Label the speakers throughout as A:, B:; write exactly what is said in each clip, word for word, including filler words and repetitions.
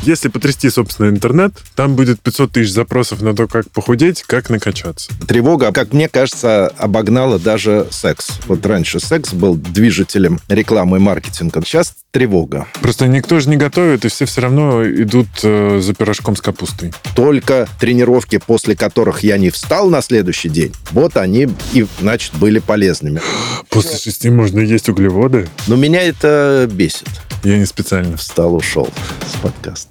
A: Если потрясти, собственно, интернет, там будет пятьсот тысяч запросов на то, как похудеть, как накачаться.
B: Тревога, как мне кажется, обогнала даже секс. Вот раньше секс был движителем рекламы и маркетинга. Сейчас тревога.
A: Просто никто же не готовит, и все все равно идут э, за пирожком с капустой.
B: Только тренировки, после которых я не встал на следующий день, вот они и, значит, были полезными.
A: После шести можно есть углеводы?
B: Но меня это бесит.
A: Я не специально.
B: Встал, ушел с подкаста.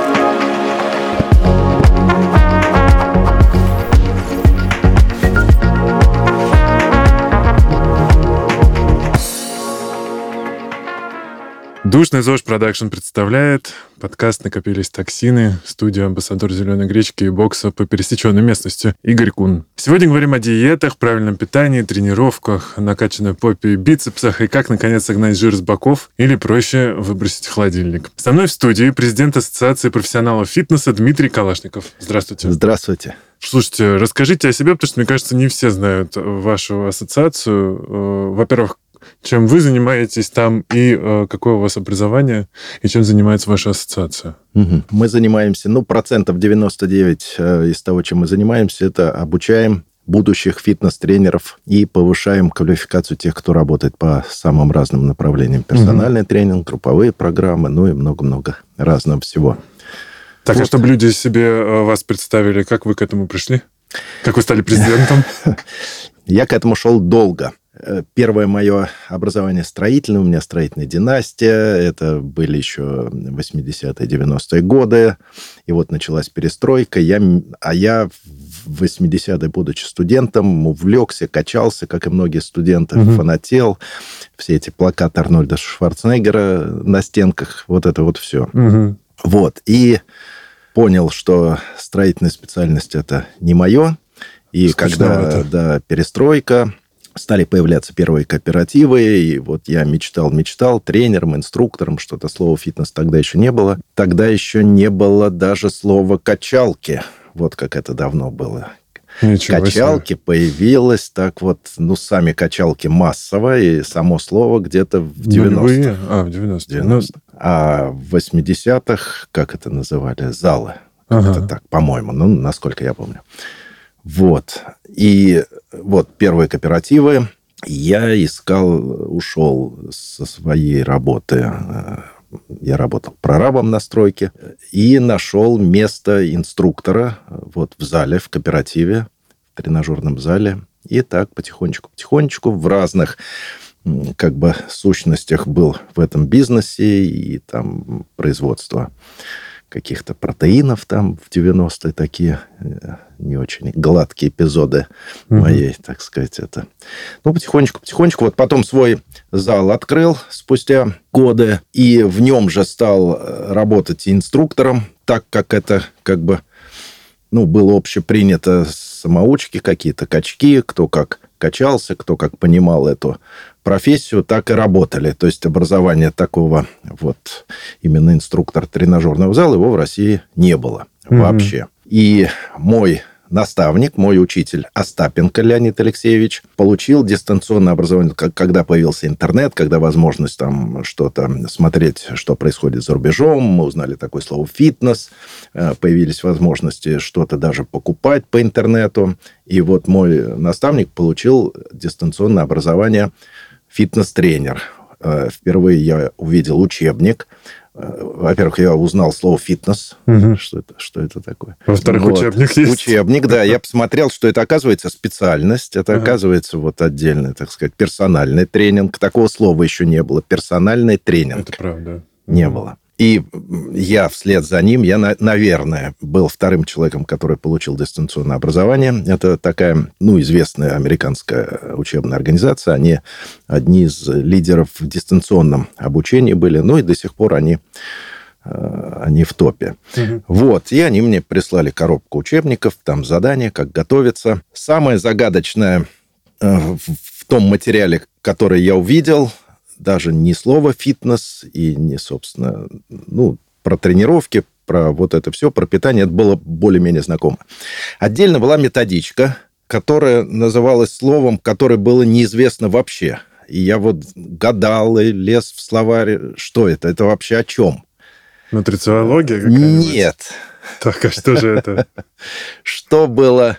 A: Душный ЗОЖ Продакшн представляет подкаст «Накопились токсины», студию амбассадор зеленой гречки и бокса по пересеченной местности Игорь Кун. Сегодня говорим о диетах, правильном питании, тренировках, накачанной попе и бицепсах и как, наконец, согнать жир с боков или проще выбросить в холодильник. Со мной в студии президент Ассоциации профессионалов фитнеса Дмитрий Калашников. Здравствуйте.
B: Здравствуйте. Слушайте,
A: расскажите о себе, потому что, мне кажется, не все знают вашу ассоциацию. Во-первых, чем вы занимаетесь там и э, какое у вас образование, и чем занимается ваша ассоциация?
B: Угу. Мы занимаемся, ну, процентов девяносто девять из того, чем мы занимаемся, это обучаем будущих фитнес-тренеров и повышаем квалификацию тех, кто работает по самым разным направлениям. Персональный угу. тренинг, групповые программы, ну и много-много разного всего.
A: Так,
B: вот.
A: А чтобы люди себе вас представили, как вы к этому пришли? Как вы стали президентом?
B: Я к этому шел долго. Первое мое образование строительное, у меня строительная династия, это были еще восьмидесятые, девяностые годы, и вот началась перестройка, я, а я в восьмидесятые, будучи студентом, увлекся, качался, как и многие студенты, угу. фанател, все эти плакаты Арнольда Шварценеггера на стенках, вот это вот все. Угу. Вот, и понял, что строительная специальность это не мое, и когда да, перестройка... Стали появляться первые кооперативы, и вот я мечтал, мечтал тренером, инструктором, что-то слово «фитнес» тогда еще не было. Тогда еще не было даже слова «качалки», вот как это давно было. Ничего качалки себе. Появилось так вот, ну, сами качалки массово, и само слово где-то в девяностых.
A: А, в девяностых.
B: девяностых. А в восьмидесятых, как это называли, залы. Ага. Это так, по-моему, ну, насколько я помню. Вот. И вот первые кооперативы. Я искал, ушел со своей работы. Я работал прорабом на стройке. И нашел место инструктора вот в зале, в кооперативе, в тренажерном зале. И так потихонечку-потихонечку в разных как бы сущностях был в этом бизнесе. И там производство каких-то протеинов там в девяностые такие не очень гладкие эпизоды mm-hmm. моей, так сказать, это. Ну, потихонечку-потихонечку. Вот потом свой зал открыл спустя годы, и в нем же стал работать инструктором, так как это как бы, ну, было общепринято, самоучки какие-то, качки, кто как качался, кто как понимал эту профессию, так и работали. То есть образования такого вот именно инструктора тренажерного зала его в России не было mm-hmm. вообще. И мой наставник, мой учитель Остапенко Леонид Алексеевич получил дистанционное образование, когда появился интернет, когда возможность там что-то смотреть, что происходит за рубежом. Мы узнали такое слово «фитнес». Появились возможности что-то даже покупать по интернету. И вот мой наставник получил дистанционное образование «фитнес-тренер». Впервые я увидел учебник. Во-первых, я узнал слово «фитнес». Угу. Что это, что это такое?
A: Во-вторых, вот. Учебник есть.
B: Учебник, да. Я посмотрел, что это, оказывается, специальность. Это, ага. оказывается, вот отдельный, так сказать, персональный тренинг. Такого слова еще не было. Персональный тренинг.
A: Это правда.
B: Не угу. было. И я вслед за ним, я, наверное, был вторым человеком, который получил дистанционное образование. Это такая, ну, известная американская учебная организация. Они одни из лидеров в дистанционном обучении были. Ну, и до сих пор они, они в топе. Угу. Вот. И они мне прислали коробку учебников, там задания, как готовиться. Самое загадочное в том материале, который я увидел... Даже не слово «фитнес» и не, собственно, ну, про тренировки, про вот это все, про питание, это было более-менее знакомо. Отдельно была методичка, которая называлась словом, которое было неизвестно вообще. И я вот гадал и лез в словарь, что это, это вообще о чем?
A: Нутрициология какая-нибудь?
B: Нет.
A: Так, а что же это?
B: Что было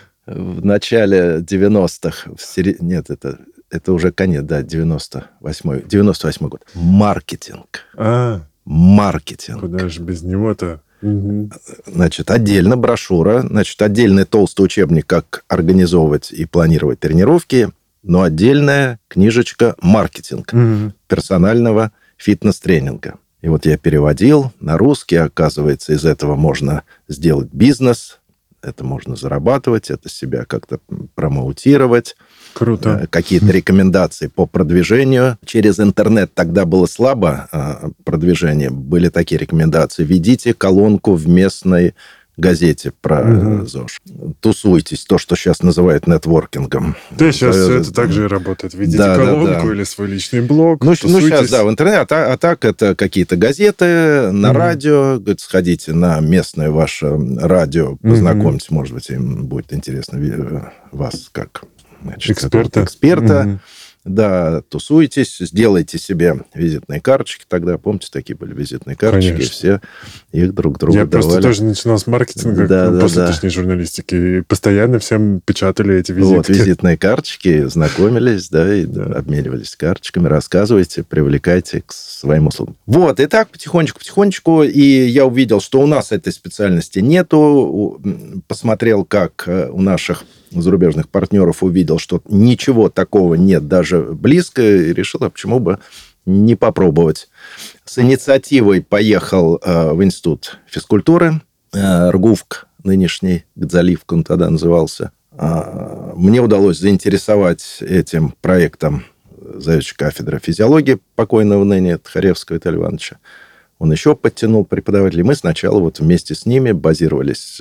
B: в начале девяностых? В сери... Нет, это, это уже конец, да, девяносто восьмой, девяносто восьмой год. Маркетинг.
A: А,
B: Маркетинг.
A: куда же без него-то? Угу.
B: Значит, отдельно брошюра, значит, отдельный толстый учебник, как организовывать и планировать тренировки, но отдельная книжечка «Маркетинг» угу. персонального фитнес-тренинга. И вот я переводил на русский, оказывается, из этого можно сделать бизнес, это можно зарабатывать, это себя как-то промоутировать.
A: Круто.
B: Какие-то рекомендации по продвижению. Через интернет тогда было слабо продвижение. Были такие рекомендации. Ведите колонку в местной газете про угу. ЗОЖ. Тусуйтесь, то, что сейчас называют нетворкингом.
A: Да, сейчас все это так же и работает. Ведите да, колонку да, да. или свой личный блог.
B: Ну, ну, сейчас, да, в интернете. А так, а так это какие-то газеты на угу. радио. Говорит, сходите на местное ваше радио, познакомьтесь, угу. может быть, им будет интересно вас как... Значит, эксперта. эксперта. Угу. Да, тусуйтесь, сделайте себе визитные карточки. Тогда, помните, такие были визитные карточки. Конечно. Все их друг другу
A: Я
B: давали.
A: просто тоже начинал с маркетинга, да, да, после, да. точнее, журналистики. И постоянно всем печатали эти визитки.
B: Вот, визитные карточки, знакомились, да, и да. обменивались карточками, рассказывайте, привлекайте к своим услугам. Вот, и так потихонечку-потихонечку. И я увидел, что у нас этой специальности нету. Посмотрел, как у наших зарубежных партнеров, увидел, что ничего такого нет даже близко, и решил, а почему бы не попробовать. С инициативой поехал э, в институт физкультуры, э, РГУФК нынешний, Гдзалиевк он тогда назывался. Э, мне удалось заинтересовать этим проектом заведующего кафедры физиологии покойного ныне Тхаревского Виталия Ивановича. Он еще подтянул преподавателей. Мы сначала вот вместе с ними базировались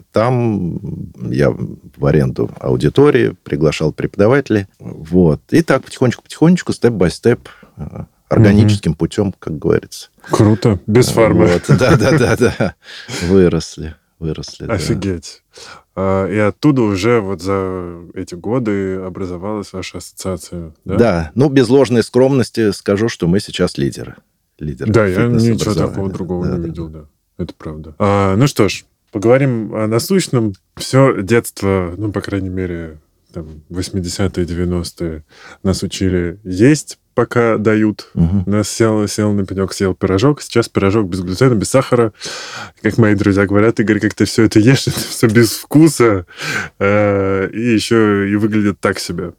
B: там. Я в аренду аудитории приглашал преподавателей. Вот. И так потихонечку-потихонечку, степ-бай-степ, органическим угу. путем, как говорится.
A: Круто. Без фармы.
B: Вот. Да-да-да. Выросли. Выросли.
A: Офигеть. Да. И оттуда уже вот за эти годы образовалась ваша ассоциация, да?
B: Да. Ну, без ложной скромности скажу, что мы сейчас лидеры. Лидеры
A: да, я ничего такого другого да, не да, видел, да. да. Это правда. А, ну что ж, поговорим о насущном. Все детство, ну, по крайней мере, там, восьмидесятые, девяностые нас учили есть, пока дают. Угу. Нас сел, сел на пенек, съел пирожок. Сейчас пирожок без глютена, без сахара. Как мои друзья говорят, Игорь, как ты все это ешь, это все без вкуса. Э, и еще и выглядит так себе.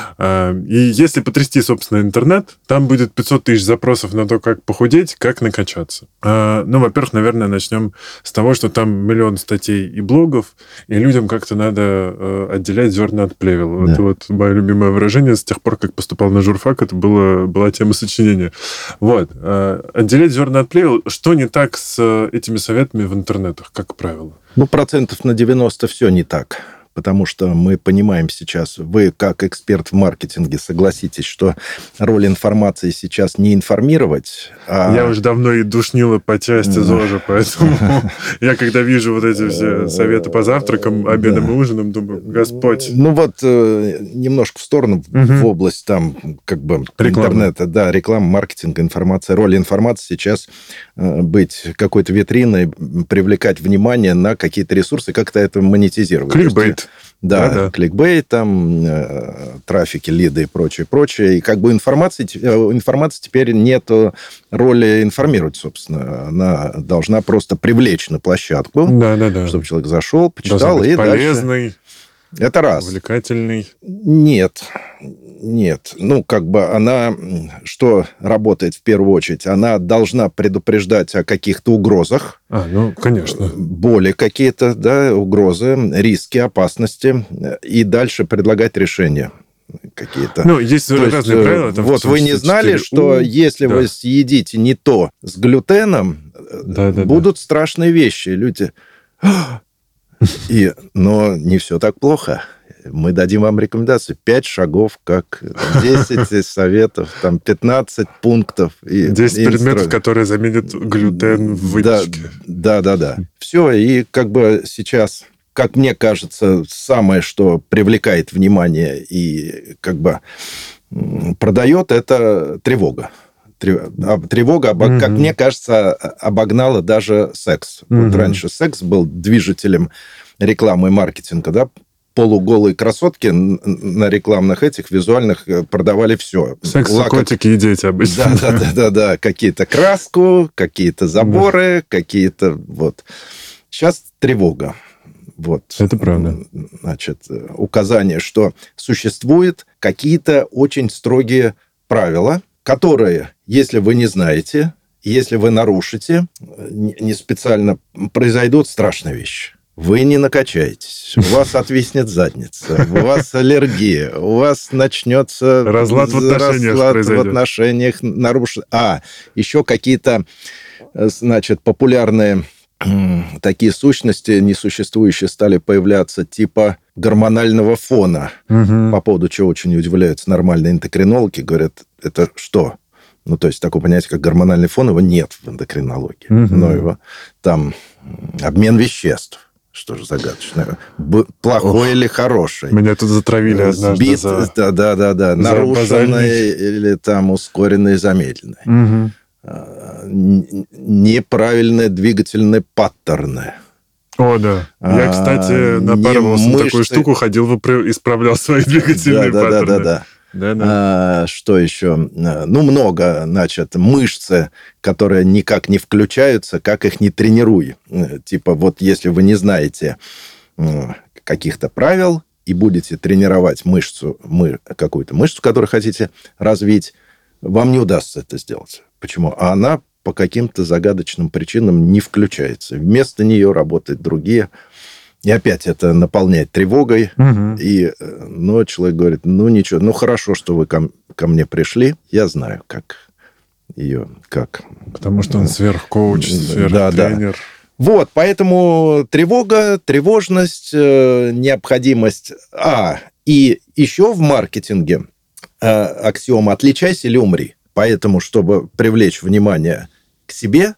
A: И если потрясти, собственно, интернет, там будет пятьсот тысяч запросов на то, как похудеть, как накачаться. Ну, во-первых, наверное, начнем с того, что там миллион статей и блогов, и людям как-то надо отделять зерна от плевел. Да. Это вот мое любимое выражение. С тех пор, как поступал на журфак, это было, была тема сочинения. Вот. Отделять зерна от плевел. Что не так с этими советами в интернетах, как правило?
B: Ну, процентов на девяносто все не так. Потому что мы понимаем сейчас, вы как эксперт в маркетинге согласитесь, что роль информации сейчас не информировать, а...
A: Я уже давно и душнила по части ЗОЖа, поэтому я когда вижу вот эти все советы по завтракам, обедам и ужинам, думаю, Господь.
B: Ну вот немножко в сторону, в область там как бы интернета, да, реклама, маркетинга, информация. Роль информации сейчас быть какой-то витриной, привлекать внимание на какие-то ресурсы, как-то это монетизировать.
A: Кликбейт.
B: Да, да, кликбейт, там, э, трафики, лиды и прочее, прочее. И как бы информации, информации теперь нет роли информировать, собственно. Она должна просто привлечь на площадку,
A: да, да, да.
B: чтобы человек зашел, почитал и
A: полезный,
B: дальше... Это раз.
A: Увлекательный.
B: Нет, нет. Ну, как бы она, что работает в первую очередь, она должна предупреждать о каких-то угрозах.
A: А, ну, конечно.
B: Боли какие-то, да, угрозы, риски, опасности. И дальше предлагать решения какие-то.
A: Ну, есть то разные есть, правила. Там
B: вот вы не знали, что у, если да. вы съедите не то с глютеном, да, да, будут да. страшные вещи. Люди... И, но не все так плохо. Мы дадим вам рекомендации. Пять шагов, как десять советов, там пятнадцать пунктов.
A: десять предметов, которые заменят глютен в выпечке.
B: Да, да, да. Все, и как бы сейчас, как мне кажется, самое, что привлекает внимание и как бы продает, это тревога. Тревога, mm-hmm. как мне кажется, обогнала даже секс. Mm-hmm. Вот раньше секс был движителем рекламы и маркетинга, да? Полуголые красотки на рекламных этих визуальных продавали все.
A: Секс, Лак... котики и дети обычно.
B: Да, да, да, да, да. Какие-то краску, какие-то заборы, да. какие-то вот. Сейчас тревога. Вот.
A: Это правда.
B: Значит, указание, что существуют какие-то очень строгие правила, которые, если вы не знаете, если вы нарушите, не специально, произойдут страшные вещи. Вы не накачаетесь, у вас отвиснет задница, у вас аллергия, у вас начнется
A: разлад в отношениях,
B: разлад в отношениях нарушится. А, еще какие-то, значит, популярные такие сущности несуществующие стали появляться, типа гормонального фона, угу. по поводу чего очень удивляются нормальные эндокринологи, говорят, это что? Ну, то есть, такое понятие, как гормональный фон, его нет в эндокринологии. Угу. Но его там обмен веществ. Что же загадочное. Плохой Ох, или хороший.
A: Меня тут затравили однажды
B: Сбит,
A: за...
B: Да, да, да, да. Нарушенный или там ускоренный, замедленный. Угу. Неправильные двигательные паттерны.
A: О, да. Я, кстати, напарывался на такую штуку, ходил, исправлял свои двигательные
B: да,
A: паттерны.
B: Да, да, да. Да, да. А, что еще? Ну, много, значит, мышцы, которые никак не включаются, как их не тренируй. Типа, вот если вы не знаете каких-то правил и будете тренировать мышцу, мы, какую-то мышцу, которую хотите развить, вам не удастся это сделать. Почему? А она по каким-то загадочным причинам не включается. Вместо нее работают другие. И опять это наполняет тревогой. Угу. И, ну, человек говорит, ну, ничего, ну, хорошо, что вы ко, ко мне пришли. Я знаю, как ее, как...
A: Потому что он сверхкоуч, сверхтренер.
B: Да, да. Вот, поэтому тревога, тревожность, необходимость... А, и еще в маркетинге аксиома «отличайся или умри». Поэтому, чтобы привлечь внимание к себе,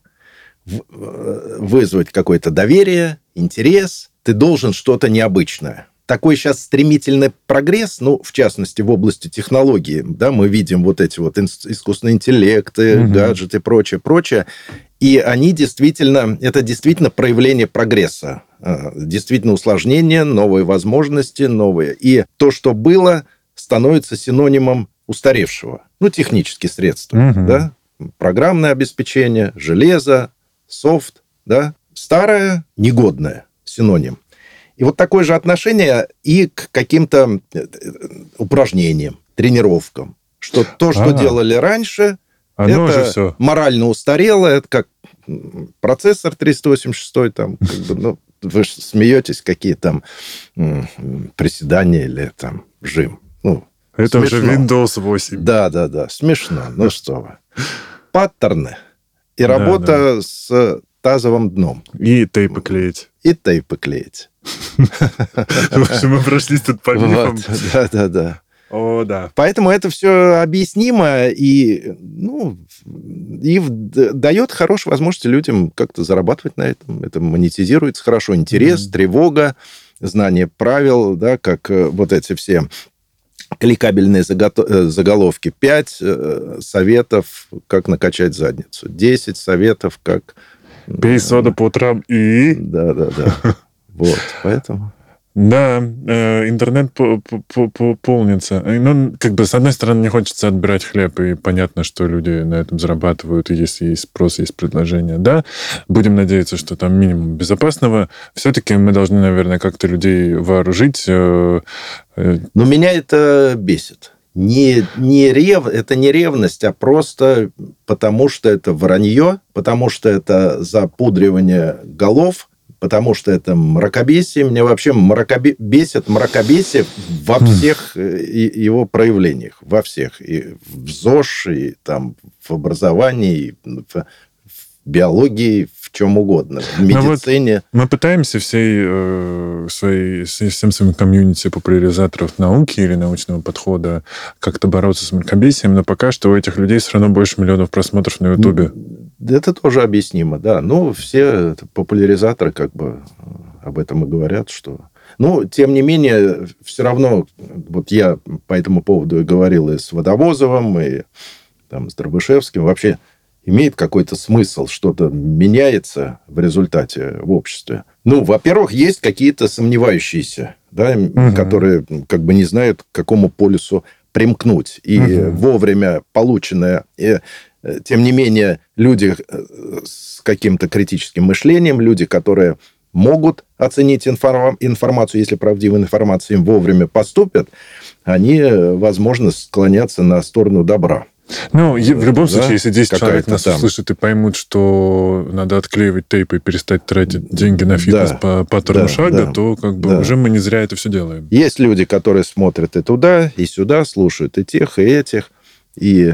B: вызвать какое-то доверие, интерес, ты должен что-то необычное. Такой сейчас стремительный прогресс, ну, в частности, в области технологий, да, мы видим вот эти вот искусственные интеллекты, угу. гаджеты и прочее, прочее, и они действительно, это действительно проявление прогресса, действительно усложнение, новые возможности, новые. И то, что было, становится синонимом устаревшего. Ну, технические средства, угу. да, программное обеспечение, железо, софт, да, старое, негодное, синоним. И вот такое же отношение и к каким-то упражнениям, тренировкам. Что то, что А-а-а. делали раньше, Оно это морально устарело, это как процессор триста восемьдесят шесть, там, как бы, ну, вы же смеетесь, какие там приседания или там жим. Ну,
A: это смешно. Уже Windows восемь.
B: Да, да, да, смешно. Ну что вы. Паттерны и работа да, да. с тазовым дном.
A: И тейпы клеить.
B: И тейпы клеить.
A: В общем, мы прошлись тут по мифам.
B: Да, да, да.
A: О, да.
B: Поэтому это все объяснимо и, ну, и дает хорошие возможности людям как-то зарабатывать на этом. Это монетизируется хорошо. Интерес, mm-hmm. тревога, знание правил, да, как вот эти все кликабельные заголовки. Пять советов, как накачать задницу. Десять советов, как...
A: Пей соду по утрам и...
B: Да, да, да. Вот, поэтому...
A: Да, интернет полнится. Ну, как бы, с одной стороны, не хочется отбирать хлеб, и понятно, что люди на этом зарабатывают, и если есть спрос, есть предложение. Да, будем надеяться, что там минимум безопасного. Все-таки мы должны, наверное, как-то людей вооружить.
B: Но меня это бесит. Не, не рев, это не ревность, а просто потому, что это вранье, потому что это запудривание голов, потому что это мракобесие. Меня вообще мракобе... бесит мракобесие во всех его проявлениях. Во всех. И в ЗОЖ, и там в образовании, и в биологии, в чем угодно. В медицине.
A: Вот мы пытаемся всей, э, своей, всем своим комьюнити популяризаторов науки или научного подхода как-то бороться с мракобесием, но пока что у этих людей все равно больше миллионов просмотров на Ютубе.
B: Это тоже объяснимо, да. Ну, все популяризаторы как бы об этом и говорят, что... Ну, тем не менее, все равно, вот я по этому поводу и говорил и с Водовозовым, и там, с Дробышевским, вообще имеет какой-то смысл, что-то меняется в результате в обществе. Ну, во-первых, есть какие-то сомневающиеся, да, угу. которые как бы не знают, к какому полюсу примкнуть. И угу. вовремя полученное... И, тем не менее, люди с каким-то критическим мышлением, люди, которые могут оценить информ... информацию, если правдивая информация им вовремя поступят, они, возможно, склонятся на сторону добра.
A: Ну, в любом да? случае, если десять человек нас
B: там...
A: услышат и поймут, что надо отклеивать тейп и перестать тратить деньги на фитнес да, по паттерну да, шага, да, то как бы да. уже мы не зря это все делаем.
B: Есть люди, которые смотрят и туда, и сюда, слушают и тех, и этих, и...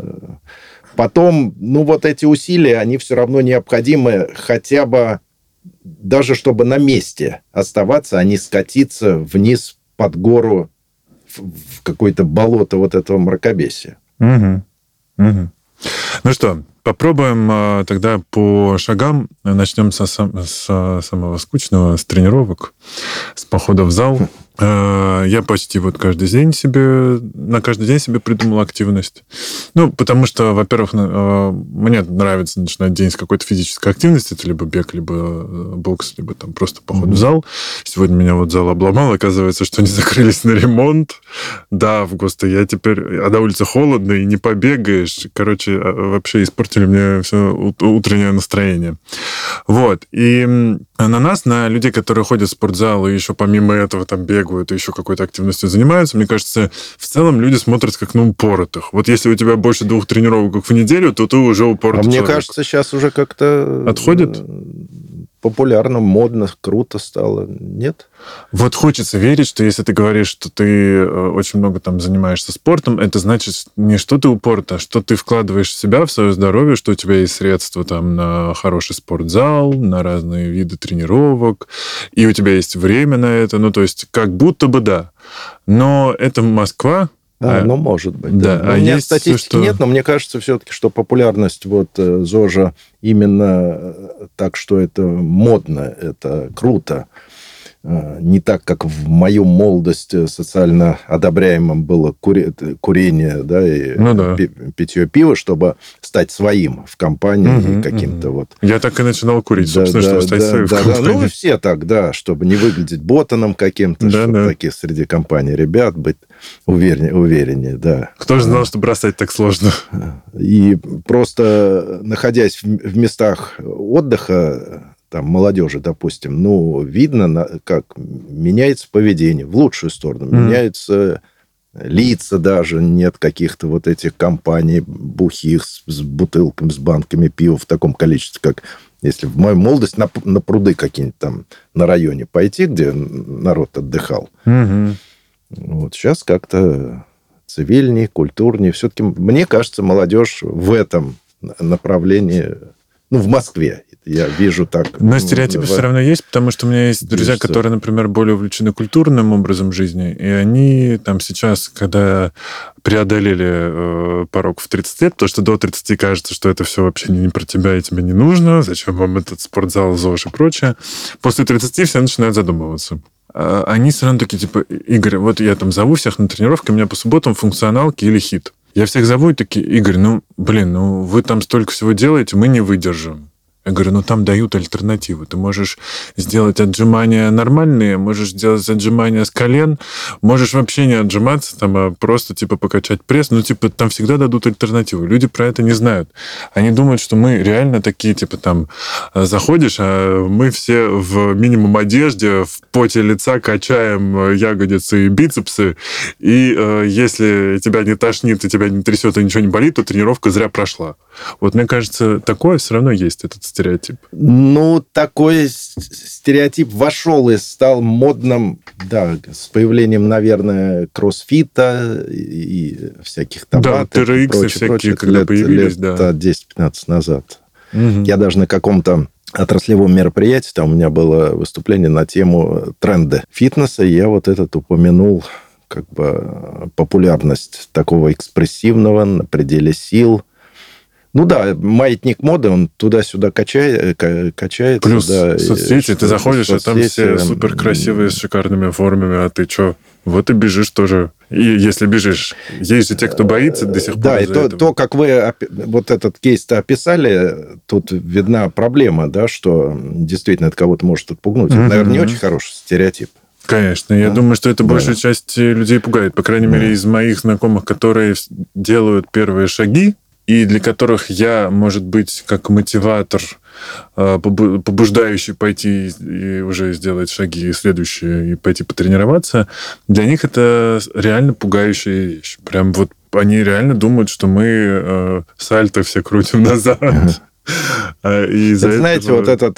B: Потом, ну, вот эти усилия, они все равно необходимы хотя бы, даже чтобы на месте оставаться, а не скатиться вниз под гору в какое-то болото вот этого мракобесия.
A: Угу. Угу. Ну что, попробуем а, тогда по шагам. Начнем со, со самого скучного, с тренировок, с похода в зал. Я почти вот каждый день себе, на каждый день себе придумал активность. Ну, потому что, во-первых, мне нравится начинать день с какой-то физической активности. Это либо бег, либо бокс, либо там просто поход mm-hmm. в зал. Сегодня меня вот зал обломал. Оказывается, что они закрылись на ремонт. Да, в ГОСТе я теперь... А на улице холодно, и не побегаешь. Короче, вообще испортили мне все утреннее настроение. Вот. И на нас, на людей, которые ходят в спортзал, и еще помимо этого там бегают, и еще какой-то активностью занимаются, мне кажется, в целом люди смотрят как на упоротых. Вот если у тебя больше двух тренировок в неделю, то ты уже упоротый
B: а
A: человек.
B: Мне кажется, сейчас уже как-то...
A: Отходит?
B: Популярно, модно, круто стало. Нет?
A: Вот хочется верить, что если ты говоришь, что ты очень много там занимаешься спортом, это значит не что ты упорот, а что ты вкладываешь в себя, в свое здоровье, что у тебя есть средства там на хороший спортзал, на разные виды тренировок, и у тебя есть время на это. Ну, то есть как будто бы да. Но это Москва.
B: А, ну, может быть. Да.
A: Да.
B: А у меня статистики что... нет, но мне кажется все-таки, что популярность вот ЗОЖа именно так, что это модно, это круто. Не так, как в мою молодость социально одобряемым было курение, да, и ну, да. питье пива, чтобы стать своим в компании угу, каким-то угу. вот.
A: Я так и начинал курить, да, собственно, да, чтобы стать
B: да,
A: своим
B: да,
A: в компании.
B: Да, ну, все так, да, чтобы не выглядеть ботаном каким-то, да, чтобы да. таких среди компаний ребят быть увереннее, увереннее, да.
A: Кто же знал, что бросать так сложно?
B: И просто находясь в местах отдыха, там, молодежи, допустим, ну, видно, как меняется поведение в лучшую сторону. Mm. Меняются лица даже, нет каких-то вот этих компаний бухих с, с бутылками, с банками пива в таком количестве, как если в мою молодость на, на пруды какие-нибудь там на районе пойти, где народ отдыхал. Mm-hmm. Вот сейчас как-то цивильнее, культурнее. Все-таки, мне кажется, молодежь в этом направлении... Ну, в Москве. Я вижу так.
A: Но стереотипы в... все равно есть, потому что у меня есть друзья, Есть, которые, например, более увлечены культурным образом жизни, и они там сейчас, когда преодолели э, порог в тридцать лет, потому что до тридцати кажется, что это все вообще не, не про тебя и тебе не нужно, зачем вам этот спортзал, ЗОЖ и прочее. После тридцати все начинают задумываться. А они все равно такие, типа, Игорь, вот я там зову всех на тренировки, у меня по субботам функционалки или хит. Я всех зову и такие, Игорь, ну, блин, ну, вы там столько всего делаете, мы не выдержим. Я говорю, ну, там дают альтернативу. Ты можешь сделать отжимания нормальные, можешь сделать отжимания с колен, можешь вообще не отжиматься, там, а просто, типа, покачать пресс. Ну, типа, там всегда дадут альтернативу. Люди про это не знают. Они думают, что мы реально такие, типа, там, заходишь, а мы все в минимум одежде, в поте лица качаем ягодицы и бицепсы, и э, если тебя не тошнит, и тебя не трясет, и ничего не болит, то тренировка зря прошла. Вот, мне кажется, такое все равно есть, этот стереотип.
B: Ну, такой стереотип вошел и стал модным, да, с появлением, наверное, кроссфита и всяких табатов.
A: Да, тэ эр икс и всякие, прочее, когда
B: лет,
A: появились,
B: лет
A: да.
B: десять-пятнадцать назад.
A: Угу.
B: Я даже на каком-то отраслевом мероприятии, там у меня было выступление на тему тренды фитнеса, и я вот этот упомянул, как бы, популярность такого экспрессивного, на пределе сил. Ну да, маятник моды, он туда-сюда качает, качается.
A: Плюс
B: да,
A: соцсети, ты заходишь,
B: соцсети,
A: а там все супер красивые, с шикарными формами, а ты что? Вот и бежишь тоже. И если бежишь, есть же те, кто боится до сих пор.
B: Да, и то, то, как вы вот этот кейс-то описали, тут видна проблема, да, что действительно это кого-то может отпугнуть. Mm-hmm. Это, наверное, не очень хороший стереотип.
A: Конечно. Я да? думаю, что это да. большая часть людей пугает. По крайней да. мере, из моих знакомых, которые делают первые шаги, и для которых я, может быть, как мотиватор, побуждающий пойти и уже сделать шаги следующие, и пойти потренироваться, для них это реально пугающая вещь. Прям вот они реально думают, что мы э, сальто все крутим назад. И
B: это, знаете, этого... вот этот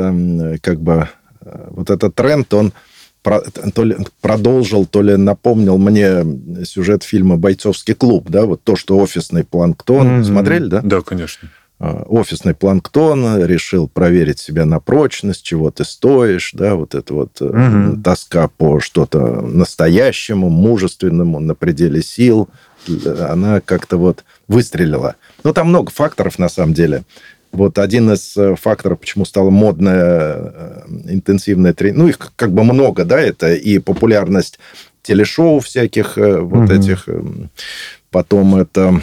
B: как бы вот этот тренд, он то ли продолжил, то ли напомнил мне сюжет фильма «Бойцовский клуб», да, вот то, что офисный планктон. Mm-hmm. Смотрели, да?
A: Да, конечно.
B: Офисный планктон решил проверить себя на прочность, чего ты стоишь, да, вот эта вот mm-hmm. тоска по что-то настоящему, мужественному, на пределе сил, она как-то вот выстрелила. Ну, там много факторов, на самом деле. Вот один из факторов, почему стало модное интенсивное тренирование, ну, их как бы много, да, это и популярность телешоу всяких вот mm-hmm. этих, потом это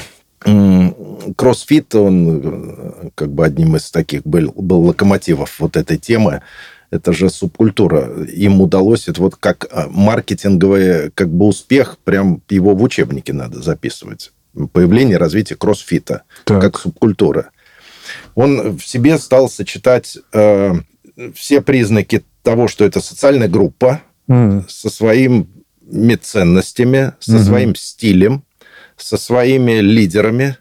B: кроссфит, он как бы одним из таких был, был локомотивов вот этой темы. Это же субкультура. Им удалось, это вот как маркетинговый как бы успех, прям его в учебнике надо записывать. Появление, развитие кроссфита так. как субкультура. Он в себе стал сочетать э, все признаки того, что это социальная группа mm. со своими ценностями, со mm-hmm. своим стилем, со своими лидерами,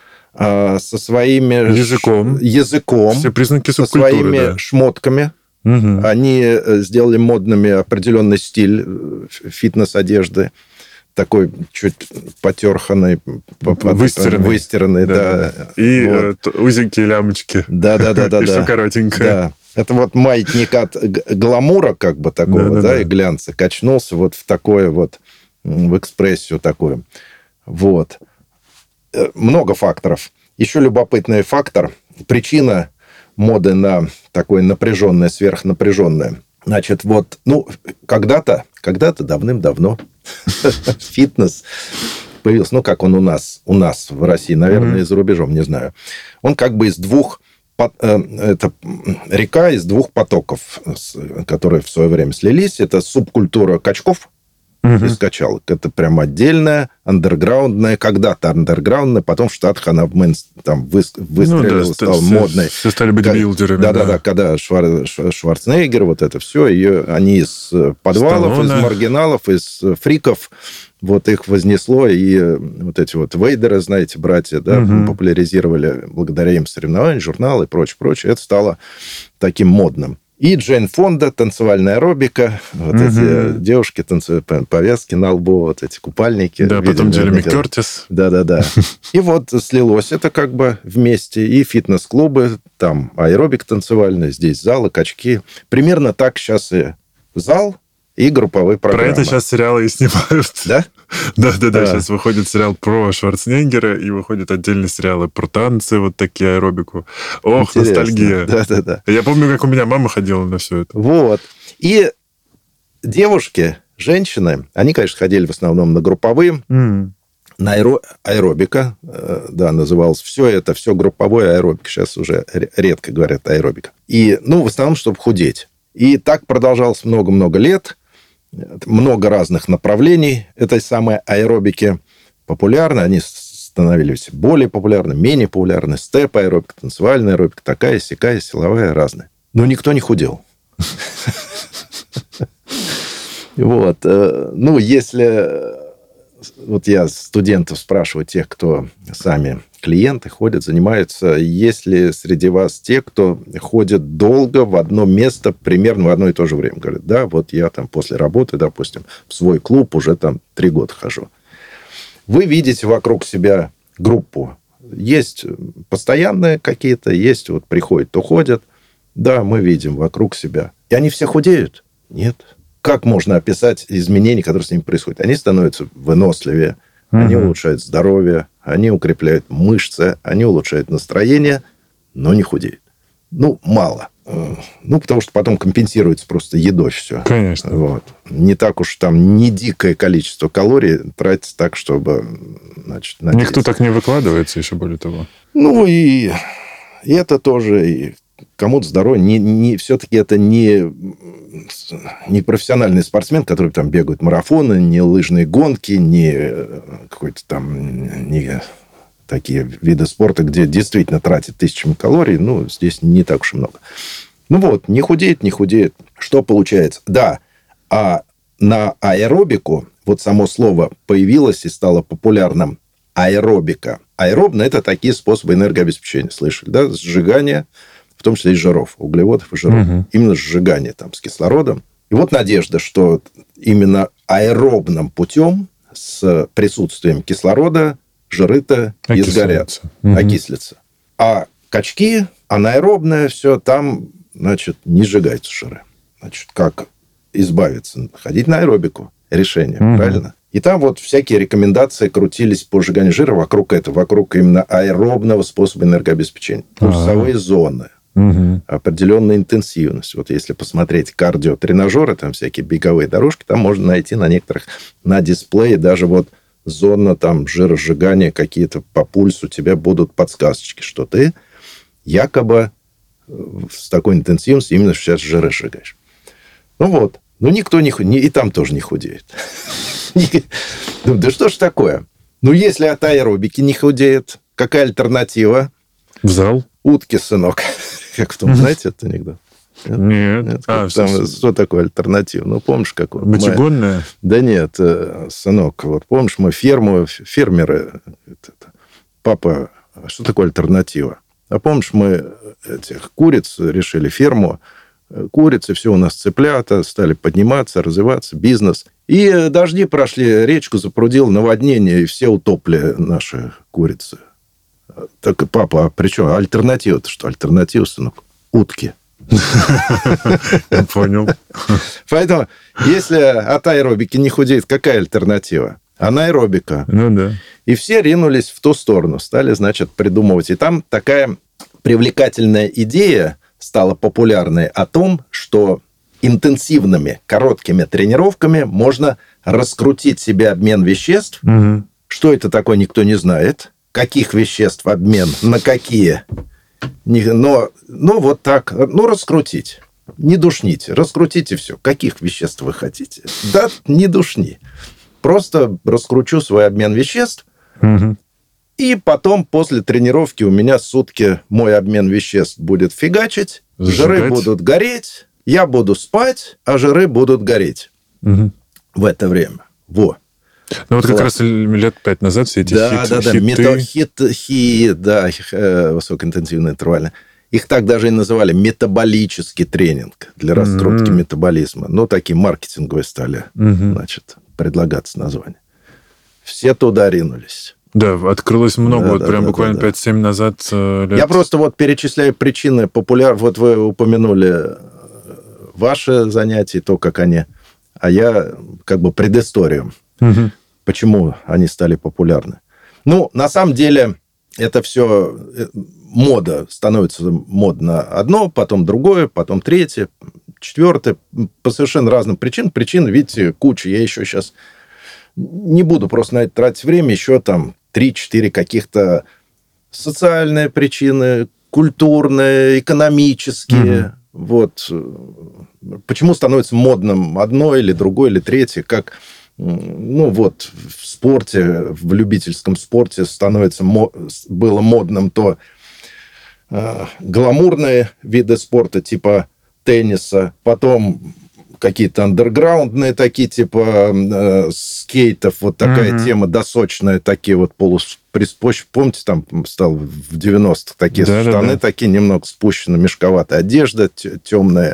B: э, со своими
A: языком,
B: ш... языком
A: все признаки
B: со
A: субкультуры,
B: своими
A: да.
B: шмотками. Mm-hmm. Они сделали модными определенный стиль фитнес-одежды. Такой чуть потерханный,
A: выстиранный,
B: выстиранный да.
A: да. И вот. узенькие лямочки.
B: Да-да-да.
A: И все коротенькое.
B: Да. Это вот маятник от гламура, как бы такого, да, да, да, и глянца, качнулся вот в такое вот, в экспрессию такую. Вот. Много факторов. Еще любопытный фактор. Причина моды на такое напряженное, сверхнапряженное. Значит, вот, ну, когда-то, когда-то давным-давно фитнес появился, ну, как он у нас, у нас в России, наверное, mm-hmm. и за рубежом, не знаю. Он как бы из двух, это река из двух потоков, которые в свое время слились. Это субкультура качков mm-hmm. из качалок. Это прям отдельная, андерграундная, когда-то андерграундная, потом в Штатах она там выстрелила, ну, да, стала все, модной.
A: Все стали бодибилдерами.
B: Да-да-да, когда Швар... Шварценеггер, вот это все, ее, они из подвалов, Сталлоне. Из маргиналов, из фриков, вот их вознесло, и вот эти вот Вейдеры, знаете, братья, да, угу. популяризировали благодаря им соревнования, журналы и прочее, прочее. Это стало таким модным. И Джейн Фонда, танцевальная аэробика, вот угу. эти девушки, танцуют, повязки на лбу, вот эти купальники.
A: Да, потом Джереми Кертис.
B: Да-да-да. И вот слилось это как бы вместе. И фитнес-клубы, там аэробик танцевальный, здесь залы, качки. Примерно так сейчас и зал, и групповые программы.
A: Про это сейчас сериалы и снимают.
B: Да?
A: Да-да-да, сейчас выходит сериал про Шварценеггера, и выходят отдельные сериалы про танцы, вот такие, аэробику. Ох, интересно. Ностальгия.
B: Да-да-да.
A: Я помню, как у меня мама ходила на все это.
B: Вот. И девушки, женщины, они, конечно, ходили в основном на групповые, mm. на аэро... аэробика, да, называлось. Все это, все групповое аэробика. Сейчас уже редко говорят аэробика. И, ну, в основном, чтобы худеть. И так продолжалось много-много лет. Много разных направлений этой самой аэробики популярны. Они становились более популярны, менее популярны. Степ-аэробика, танцевальная аэробика, такая, сякая, силовая, разная. Но никто не худел. Вот. Ну, если... Вот я студентов спрашиваю, тех, кто сами клиенты ходят, занимаются, есть ли среди вас те, кто ходит долго в одно место, примерно в одно и то же время? Говорят, да, вот я там после работы, допустим, в свой клуб уже там три года хожу. Вы видите вокруг себя группу. Есть постоянные какие-то, есть вот приходят, уходят. Да, мы видим вокруг себя. И они все худеют? Нет. Как можно описать изменения, которые с ними происходят? Они становятся выносливее, uh-huh. они улучшают здоровье, они укрепляют мышцы, они улучшают настроение, но не худеют. Ну, мало. Ну, потому что потом компенсируется просто едой все.
A: Конечно.
B: Вот. Не так уж там не дикое количество калорий тратить так, чтобы... Значит, надеяться.
A: Никто так не выкладывается, еще более того.
B: Ну, и, и это тоже... И кому-то здоровье. Не, не, все-таки это не, не профессиональный спортсмен, который там бегает марафоны, не лыжные гонки, не какой-то там... Не такие виды спорта, где действительно тратит тысячами калорий. Ну, здесь не так уж и много. Ну вот, не худеет, не худеет. Что получается? Да, а на аэробику, вот само слово появилось и стало популярным, аэробика. Аэробно – это такие способы энергообеспечения, слышали, да? Сжигание, в том числе и жиров, углеводов и жиров. Угу. Именно сжигание там с кислородом. И вот надежда, что именно аэробным путем с присутствием кислорода жиры-то изгорят, угу. окислятся. А качки, анаэробное все, там, значит, не сжигаются жиры. Значит, как избавиться? Ходить на аэробику. Решение, угу. правильно? И там вот всякие рекомендации крутились по сжиганию жира вокруг этого, вокруг именно аэробного способа энергообеспечения. Пульсовые зоны, угу. определенная интенсивность. Вот если посмотреть кардиотренажеры, там всякие беговые дорожки, там можно найти на некоторых, на дисплее даже вот зона там жиросжигания, какие-то по пульсу тебе будут подсказочки, что ты якобы с такой интенсивностью именно сейчас жиры сжигаешь. Ну вот. Ну, никто не худеет. И там тоже не худеет. Да что ж такое? Ну, если от аэробики не худеет, какая альтернатива?
A: В зал.
B: Утки, сынок. Как в том, знаете, это анекдот?
A: Нет.
B: Нет а, там, все, что такое альтернатива? Ну, помнишь, как...
A: Мочегонная?
B: Мы... Да нет, сынок, вот помнишь, мы ферму, фермеры, это, папа, что такое альтернатива? А помнишь, мы этих куриц решили ферму, курицы, все у нас цыплята, стали подниматься, развиваться, бизнес. И дожди прошли, речку запрудил, наводнение, и все утопли наши курицы. Так, папа, а при чем? Альтернатива-то что? Альтернатива, сынок? Утки.
A: Я понял.
B: Поэтому, если от аэробики не худеет, какая альтернатива? Анаэробика.
A: Ну да.
B: И все ринулись в ту сторону, стали, значит, придумывать. И там такая привлекательная идея стала популярной о том, что интенсивными, короткими тренировками можно раскрутить себе обмен веществ. Угу. Что это такое, никто не знает. Каких веществ обмен, на какие. Но, ну, вот так, ну, раскрутить. Не душните, раскрутите все. Каких веществ вы хотите? Да, не душни. Просто раскручу свой обмен веществ. Угу. И потом, после тренировки, у меня сутки мой обмен веществ будет фигачить. Сжигать. Жиры будут гореть. Я буду спать, а жиры будут гореть. Угу. В это время. Во.
A: Ну, вот как раз лет пять назад все эти
B: да,
A: хит,
B: да, да,
A: хиты...
B: Мето, хит, хит, да, высокоинтенсивный интервальный. Их так даже и называли метаболический тренинг для раскрутки mm-hmm. метаболизма. Ну, такие маркетинговые стали, mm-hmm. значит, предлагаться названия. Все туда ринулись.
A: Да, открылось много, да, вот
B: да,
A: прям
B: да,
A: буквально
B: да, да.
A: пять-семь назад лет.
B: Я просто вот перечисляю причины популяр. Вот вы упомянули ваши занятия, то, как они... А я как бы предысторию. Угу. Почему они стали популярны. Ну, на самом деле, это все мода. Становится модно одно, потом другое, потом третье, четвертое. По совершенно разным причинам. Причин, видите, куча. Я еще сейчас не буду просто на это тратить время. Еще там три-четыре каких-то социальные причины, культурные, экономические. Угу. Вот. Почему становится модным одно или другое, или третье, как... Ну, вот, в спорте, в любительском спорте становится, было модным то э, гламурные виды спорта, типа тенниса, потом какие-то андерграундные такие, типа э, скейтов, вот такая mm-hmm. тема досочная, такие вот полусприспущенные. Помните, там стал в девяностых такие да, штаны, да, да. такие немного спущенные, мешковатая одежда, темная.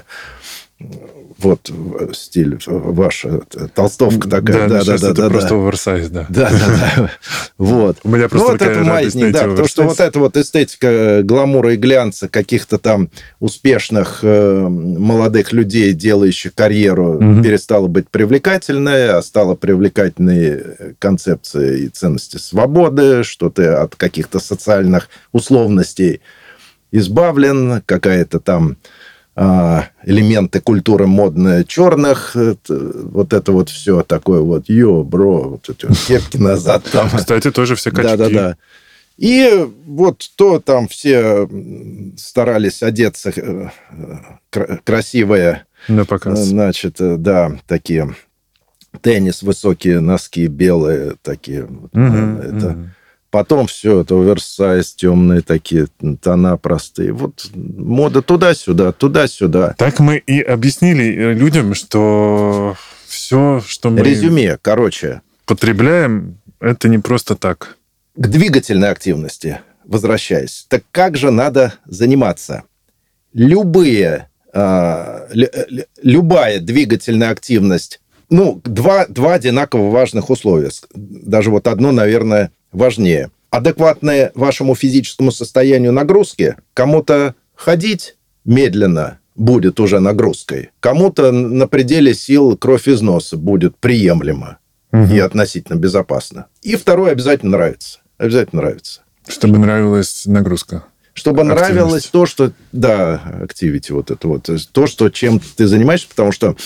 B: Вот стиль ваша, толстовка такая.
A: Да,
B: да, да, да,
A: это
B: да,
A: просто
B: да.
A: оверсайз, да.
B: Да, да, да. Вот.
A: У меня просто
B: ну, вот это маятник, да, потому что вот эта вот эстетика гламура и глянца каких-то там успешных э, молодых людей, делающих карьеру, угу. перестала быть привлекательной, а стала привлекательной концепция и ценности свободы, что ты от каких-то социальных условностей избавлен, какая-то там элементы культуры модные черных, вот это вот все такое вот, йо, бро, вот эти вот кепки назад. Там.
A: Кстати, тоже все качки.
B: Да-да-да. И вот то там все старались одеться красивые,
A: на показ.
B: Значит, да, такие теннис, высокие носки, белые такие.
A: Угу,
B: это.
A: угу.
B: Потом все это оверсайз, темные такие тона простые. Вот мода туда-сюда, туда-сюда.
A: Так мы и объяснили людям, что все, что мы...
B: Резюме, короче.
A: Потребляем, это не просто так.
B: К двигательной активности, возвращаясь. Так как же надо заниматься? Любые, э, любая двигательная активность, ну, два, два одинаково важных условия. Даже вот одно, наверное, важнее. Адекватные вашему физическому состоянию нагрузки. Кому-то ходить медленно будет уже нагрузкой. Кому-то на пределе сил кровь из носа будет приемлемо угу. и относительно безопасно. И второе обязательно нравится. Обязательно нравится.
A: Чтобы нравилась нагрузка.
B: Чтобы нравилось то, что... Да, activity вот это вот. То, что, чем ты занимаешься, потому что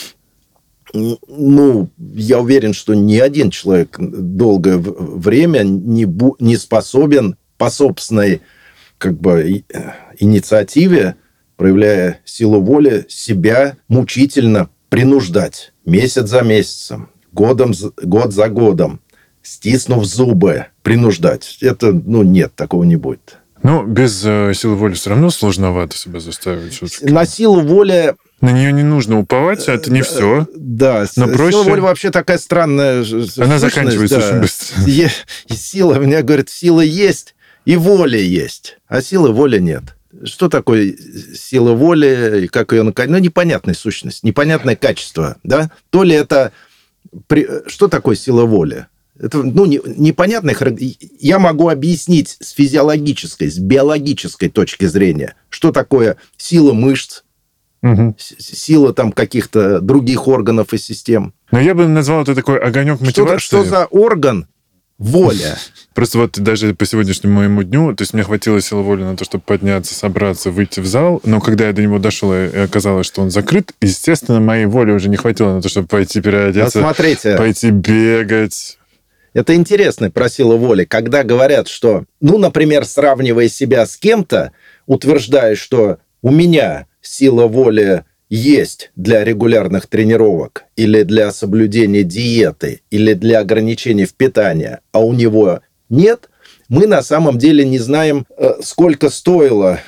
B: ну, я уверен, что ни один человек долгое время не, бу- не способен по собственной как бы, инициативе, проявляя силу воли, себя мучительно принуждать. Месяц за месяцем, годом, год за годом, стиснув зубы, принуждать. Это, ну, нет, такого не будет.
A: Ну, без э, силы воли все равно сложновато себя заставить. Все-таки.
B: На силу воли...
A: На нее не нужно уповать, а это не все.
B: Да,
A: но проще...
B: сила воли вообще такая странная.
A: Она заканчивается да. очень быстро.
B: И сила, мне говорят, сила есть, и воля есть, а силы воли нет. Что такое сила воли, и как ее наказать? Ну, непонятная сущность, непонятное качество, да? То ли это... Что такое сила воли? Это, ну, непонятно. Я могу объяснить с физиологической, с биологической точки зрения, что такое сила мышц, угу. сила там каких-то других органов и систем.
A: Но я бы назвал это такой огонек мотивации.
B: Что, что за орган? Воля.
A: Просто вот даже по сегодняшнему моему дню, то есть мне хватило силы воли на то, чтобы подняться, собраться, выйти в зал, но когда я до него дошел, и оказалось, что он закрыт, естественно, моей воли уже не хватило на то, чтобы пойти переодеться,
B: Посмотрите.
A: пойти бегать.
B: Это интересно про силу воли. Когда говорят, что, ну, например, сравнивая себя с кем-то, утверждая, что у меня сила воли есть для регулярных тренировок или для соблюдения диеты или для ограничений в питании, а у него нет, мы на самом деле не знаем, сколько стоило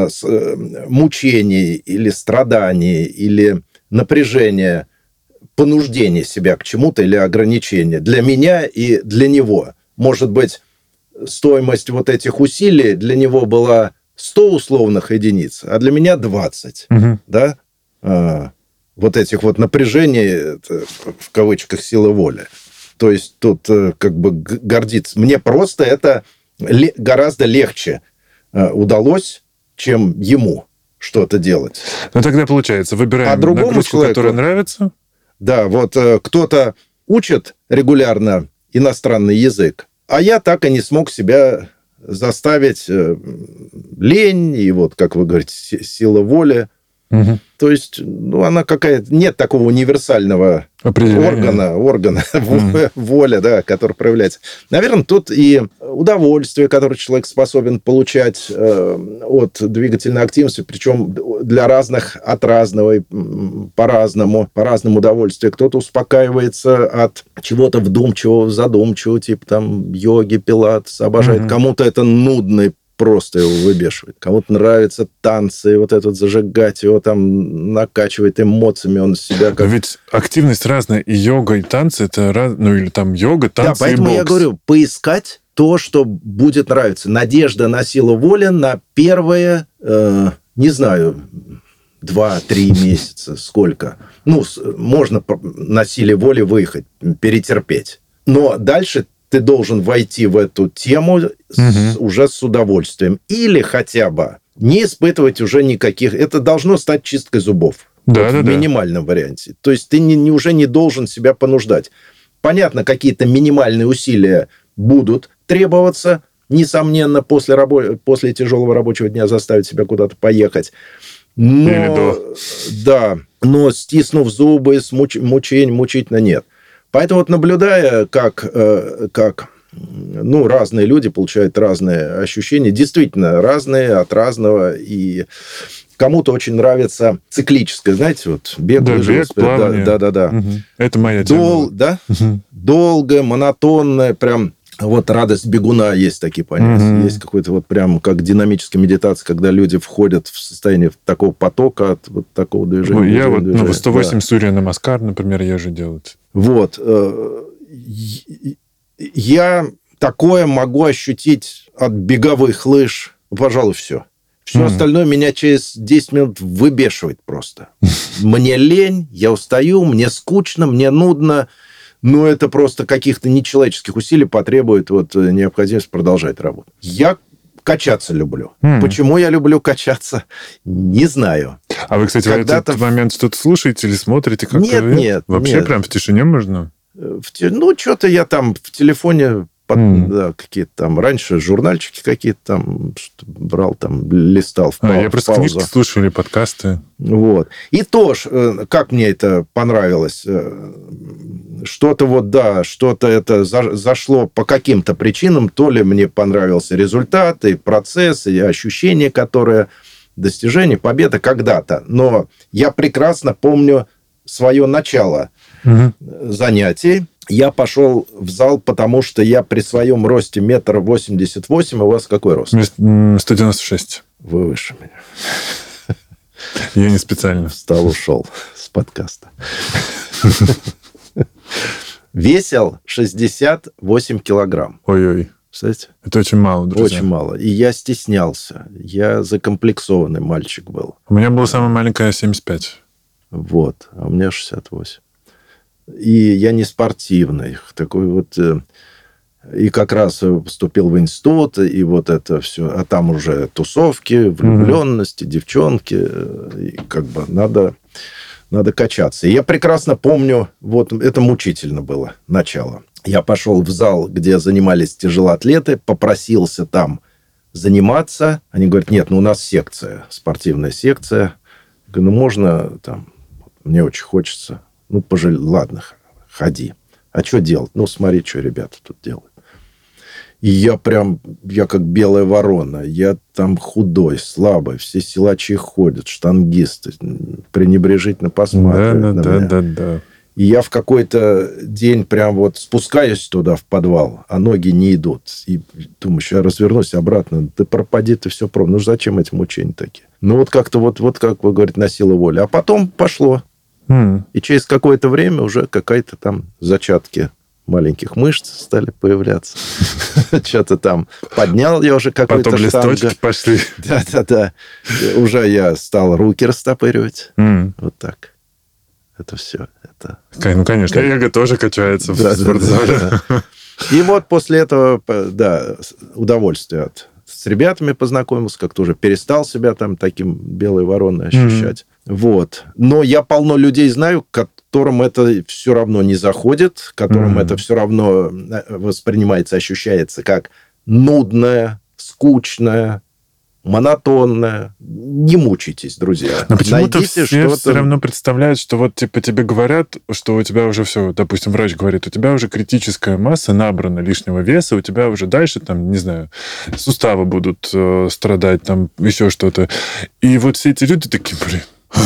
B: мучений или страданий или напряжения, понуждение себя к чему-то или ограничения для меня и для него. Может быть, стоимость вот этих усилий для него была сто условных единиц, а для меня двадцать. Угу. Да? А, вот этих вот напряжений, в кавычках, силы воли. То есть тут как бы гордиться. Мне просто это гораздо легче удалось, чем ему что-то делать.
A: Ну, тогда получается, выбираем
B: а другому
A: нагрузку,
B: человеку,
A: которая нравится.
B: Да, вот кто-то учит регулярно иностранный язык, а я так и не смог себя заставить лень и вот, как вы говорите, сила воли. Угу. То есть, ну, она какая-то... Нет такого универсального органа, органа угу. воля, да, который проявляется. Наверное, тут и удовольствие, которое человек способен получать э, от двигательной активности, причем для разных, от разного, по-разному, по-разному удовольствия. Кто-то успокаивается от чего-то вдумчивого, задумчивого, типа там йоги, пилатес, обожает. Угу. Кому-то это нудный, просто его выбешивает. Кому-то нравятся танцы, вот этот зажигать его, там накачивает эмоциями, он себя как...
A: Ведь активность разная, и йога, и танцы, это раз... ну или там йога, танцы,
B: да, поэтому
A: и бокс.
B: Я говорю, поискать то, что будет нравиться. Надежда на силу воли на первые, э, не знаю, два-три месяца, сколько. Ну, можно на силе воли выехать, перетерпеть. Но дальше ты должен войти в эту тему угу. с, уже с удовольствием. Или хотя бы не испытывать уже никаких... Это должно стать чисткой зубов.
A: Да,
B: вот
A: да,
B: в минимальном
A: да.
B: варианте. То есть ты не, не, уже не должен себя понуждать. Понятно, какие-то минимальные усилия будут требоваться. Несомненно, после, рабо... после тяжелого рабочего дня заставить себя куда-то поехать. Но,
A: Или до?
B: Да, но стиснув зубы, с муч... мучень, мучительно нет. Поэтому вот наблюдая, как, как ну, разные люди получают разные ощущения, действительно разные от разного, и кому-то очень нравится циклическое, знаете, вот бег,
A: да,
B: лыжи,
A: бег, плавание.
B: Да, да, да.
A: Угу. Это моя
B: Дол...
A: тема.
B: Да?
A: Угу.
B: Долго, монотонно, прям... Вот радость бегуна есть такие понятия. Mm-hmm. Есть какой-то вот прям как динамическая медитация, когда люди входят в состояние такого потока от вот такого движения.
A: Ну, я
B: движения,
A: вот
B: движения.
A: Ну, сто восемь
B: да.
A: Сурья Намаскар, например, я же делать.
B: Вот. Я такое могу ощутить от беговых лыж. Пожалуй, все. Все mm-hmm. остальное меня через десять минут выбешивает просто. Мне лень, я устаю, мне скучно, мне нудно. Но это просто каких-то нечеловеческих усилий потребует вот необходимость продолжать работу. Я качаться люблю. Mm. Почему я люблю качаться, не знаю.
A: А вы, кстати, Когда-то... в этот момент что-то слушаете или смотрите? Как
B: нет, нет.
A: Вообще
B: нет.
A: прям в тишине можно?
B: В те... Ну, что-то я там в телефоне... Под, mm. да, какие-то там раньше журнальчики какие-то там брал, там листал в,
A: а,
B: пау-
A: я просто
B: в паузу.
A: Книжки слушал или подкасты.
B: Вот. И тоже, как мне это понравилось, что-то вот, да, что-то это зашло по каким-то причинам, то ли мне понравился результат, и процесс, и ощущение, которое, достижение, победа когда-то. Но я прекрасно помню свое начало угу. занятий. Я пошел в зал, потому что я при своем росте метр восемьдесят восемь. У вас какой рост?
A: сто девяносто шесть.
B: Вы выше меня.
A: Я не специально.
B: Встал, ушел с подкаста. Весил шестьдесят восемь килограмм.
A: Ой-ой.
B: Кстати,
A: это очень мало, друзья.
B: Очень мало. И я стеснялся. Я закомплексованный мальчик был.
A: У меня было самое маленькое семьдесят пять.
B: Вот. А у меня шестьдесят восемь. И я не спортивный. Такой вот... И как раз поступил в институт, и вот это все. А там уже тусовки, влюбленности, mm-hmm. девчонки. И как бы надо, надо качаться. И я прекрасно помню, вот это мучительно было, начало. Я пошел в зал, где занимались тяжелоатлеты, попросился там заниматься. Они говорят, нет, ну у нас секция, спортивная секция. Я говорю, ну можно там, мне очень хочется. Ну, пожалуй, ладно, ходи. А что делать? Ну, смотри, что ребята тут делают. И я прям, я как белая ворона. Я там худой, слабый. Все силачи ходят, штангисты. Пренебрежительно посматривают
A: да,
B: на
A: да,
B: меня.
A: Да, да, да.
B: И я в какой-то день прям вот спускаюсь туда, в подвал, а ноги не идут. И думаю, сейчас развернусь обратно. Да пропади ты все пробуй. Ну, зачем эти мучения такие? Ну, вот как-то вот, вот как вы говорите, на силу воли. А потом пошло. Mm. И через какое-то время уже какая-то там зачатки маленьких мышц стали появляться. Что-то там поднял я уже какой-то штанг.
A: Потом листочки пошли.
B: Да-да-да. Уже я стал руки растопыривать. Вот так. Это все. Это...
A: Ну, конечно, эго тоже качается в спортзале.
B: И вот после этого, да, удовольствие от... С ребятами познакомился, как-то уже перестал себя там таким белой вороной ощущать. Mm-hmm. Вот. Но я полно людей знаю, которым это все равно не заходит, которым mm-hmm. это все равно воспринимается, ощущается как нудное, скучное, монотонное. Не мучайтесь, друзья.
A: Но почему-то все что-то... все равно представляют, что вот типа тебе говорят, что у тебя уже все, допустим, врач говорит, у тебя уже критическая масса набрана лишнего веса, у тебя уже дальше там, не знаю, суставы будут э, страдать, там еще что-то. И вот все эти люди такие, блин,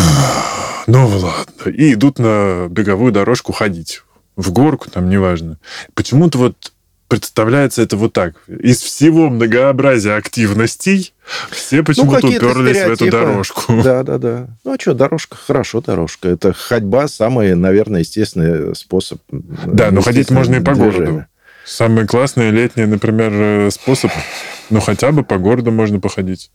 A: ну ладно. И идут на беговую дорожку ходить. В горку, там, неважно. Почему-то вот представляется это вот так. Из всего многообразия активностей все почему-то ну, уперлись в эту дорожку.
B: Да, да, да. Ну, а что, дорожка? Хорошо, дорожка. Это ходьба самый, наверное, естественный способ.
A: Да, но ходить можно и по движения. Городу. Самый классный летний, например, способ, ну, хотя бы по городу можно походить.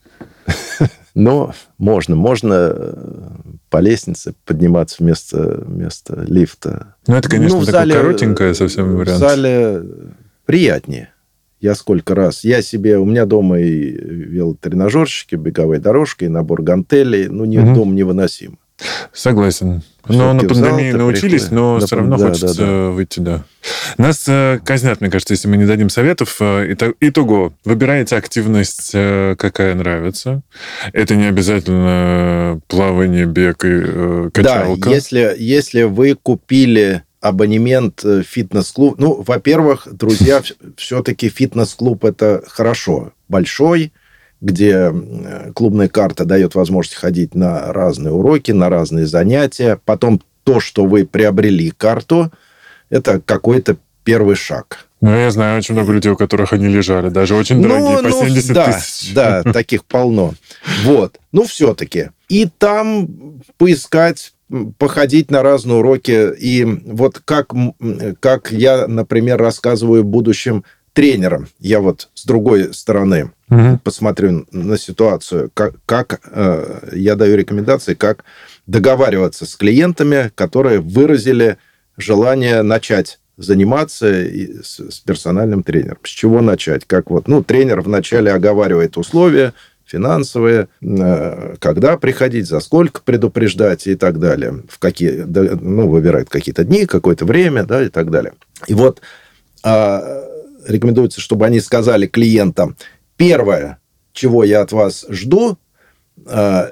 B: Но можно. Можно по лестнице подниматься вместо, вместо лифта.
A: Ну, это, конечно, ну, такое коротенькое совсем вариант.
B: В зале приятнее. Я сколько раз... Я себе... У меня дома и велотренажерчики, беговая дорожка, и набор гантелей. Ну, не, угу. дом невыносим.
A: Согласен. Но на пандемии научились, но все равно хочется выйти, да. Нас казнят, мне кажется, если мы не дадим советов. Итого, выбираете активность, какая нравится. Это не обязательно плавание, бег и качалка.
B: Да, если, если вы купили абонемент в фитнес-клуб... Ну, во-первых, друзья, все-таки фитнес-клуб – это хорошо. Большой, где клубная карта дает возможность ходить на разные уроки, на разные занятия. Потом то, что вы приобрели карту, это какой-то первый шаг.
A: Ну, я знаю очень много людей, у которых они лежали, даже очень дорогие, ну, по семьдесят
B: ну, да,
A: тысяч.
B: Да, таких полно. Вот. Ну, все-таки. И там поискать, походить на разные уроки. И вот как, как я, например, рассказываю будущим тренерам, я вот с другой стороны угу. посмотрю на ситуацию, как, как э, я даю рекомендации, как договариваться с клиентами, которые выразили желание начать заниматься с, с персональным тренером. С чего начать? Как вот, ну, тренер вначале оговаривает условия финансовые, э, когда приходить, за сколько предупреждать и так далее. В какие, ну, выбирает какие-то дни, какое-то время, да, и так далее. И вот э, рекомендуется, чтобы они сказали клиентам: первое, чего я от вас жду, э,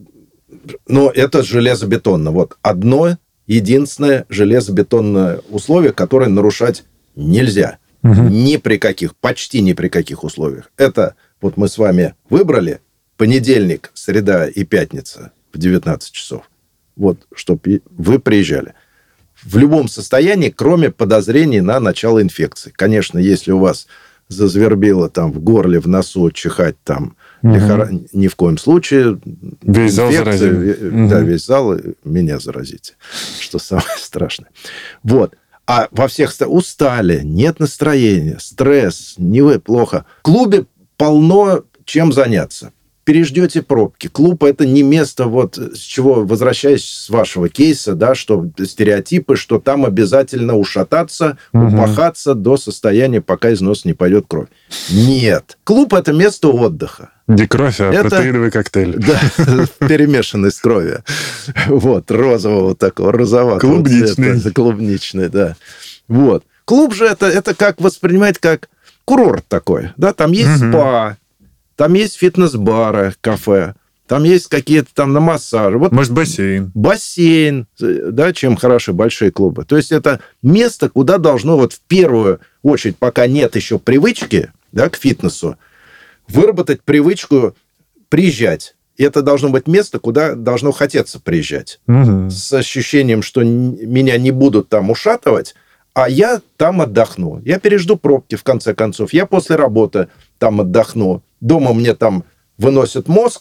B: ну, это железобетонно. Вот одно единственное железобетонное условие, которое нарушать нельзя. Угу. Ни при каких, почти ни при каких условиях. Это вот мы с вами выбрали понедельник, среда и пятница в девятнадцать часов. Вот, чтобы вы приезжали. В любом состоянии, кроме подозрений на начало инфекции. Конечно, если у вас зазвербило там в горле, в носу, чихать там, угу. лихора... ни в коем случае.
A: Весь зал заразите.
B: Да, угу. весь зал меня заразите. Что самое страшное. Вот. А во всех устали, нет настроения, стресс, не вы, плохо. В клубе полно чем заняться. Переждете пробки. Клуб – это не место, вот с чего, возвращаясь с вашего кейса, да, что стереотипы, что там обязательно ушататься, угу. упахаться до состояния, пока из носа не пойдет кровь. Нет. Клуб – это место отдыха.
A: Не кровь, а это, протеиновый коктейль.
B: Да, перемешанный с кровью. Вот, розового такого, розоватого
A: клубничный.
B: цвета. Клубничный, да. Вот. Клуб же это, это как воспринимать как курорт такой. Да? Там есть угу. спа, там есть фитнес-бары, кафе, там есть какие-то там на массаж. Вот
A: может, бассейн.
B: Бассейн, да, чем хороши большие клубы. То есть это место, куда должно вот в первую очередь, пока нет еще привычки, да, к фитнесу, выработать привычку приезжать. И это должно быть место, куда должно хотеться приезжать. Угу. С ощущением, что меня не будут там ушатывать, а я там отдохну. Я пережду пробки, в конце концов. Я после работы там отдохну. Дома мне там выносят мозг,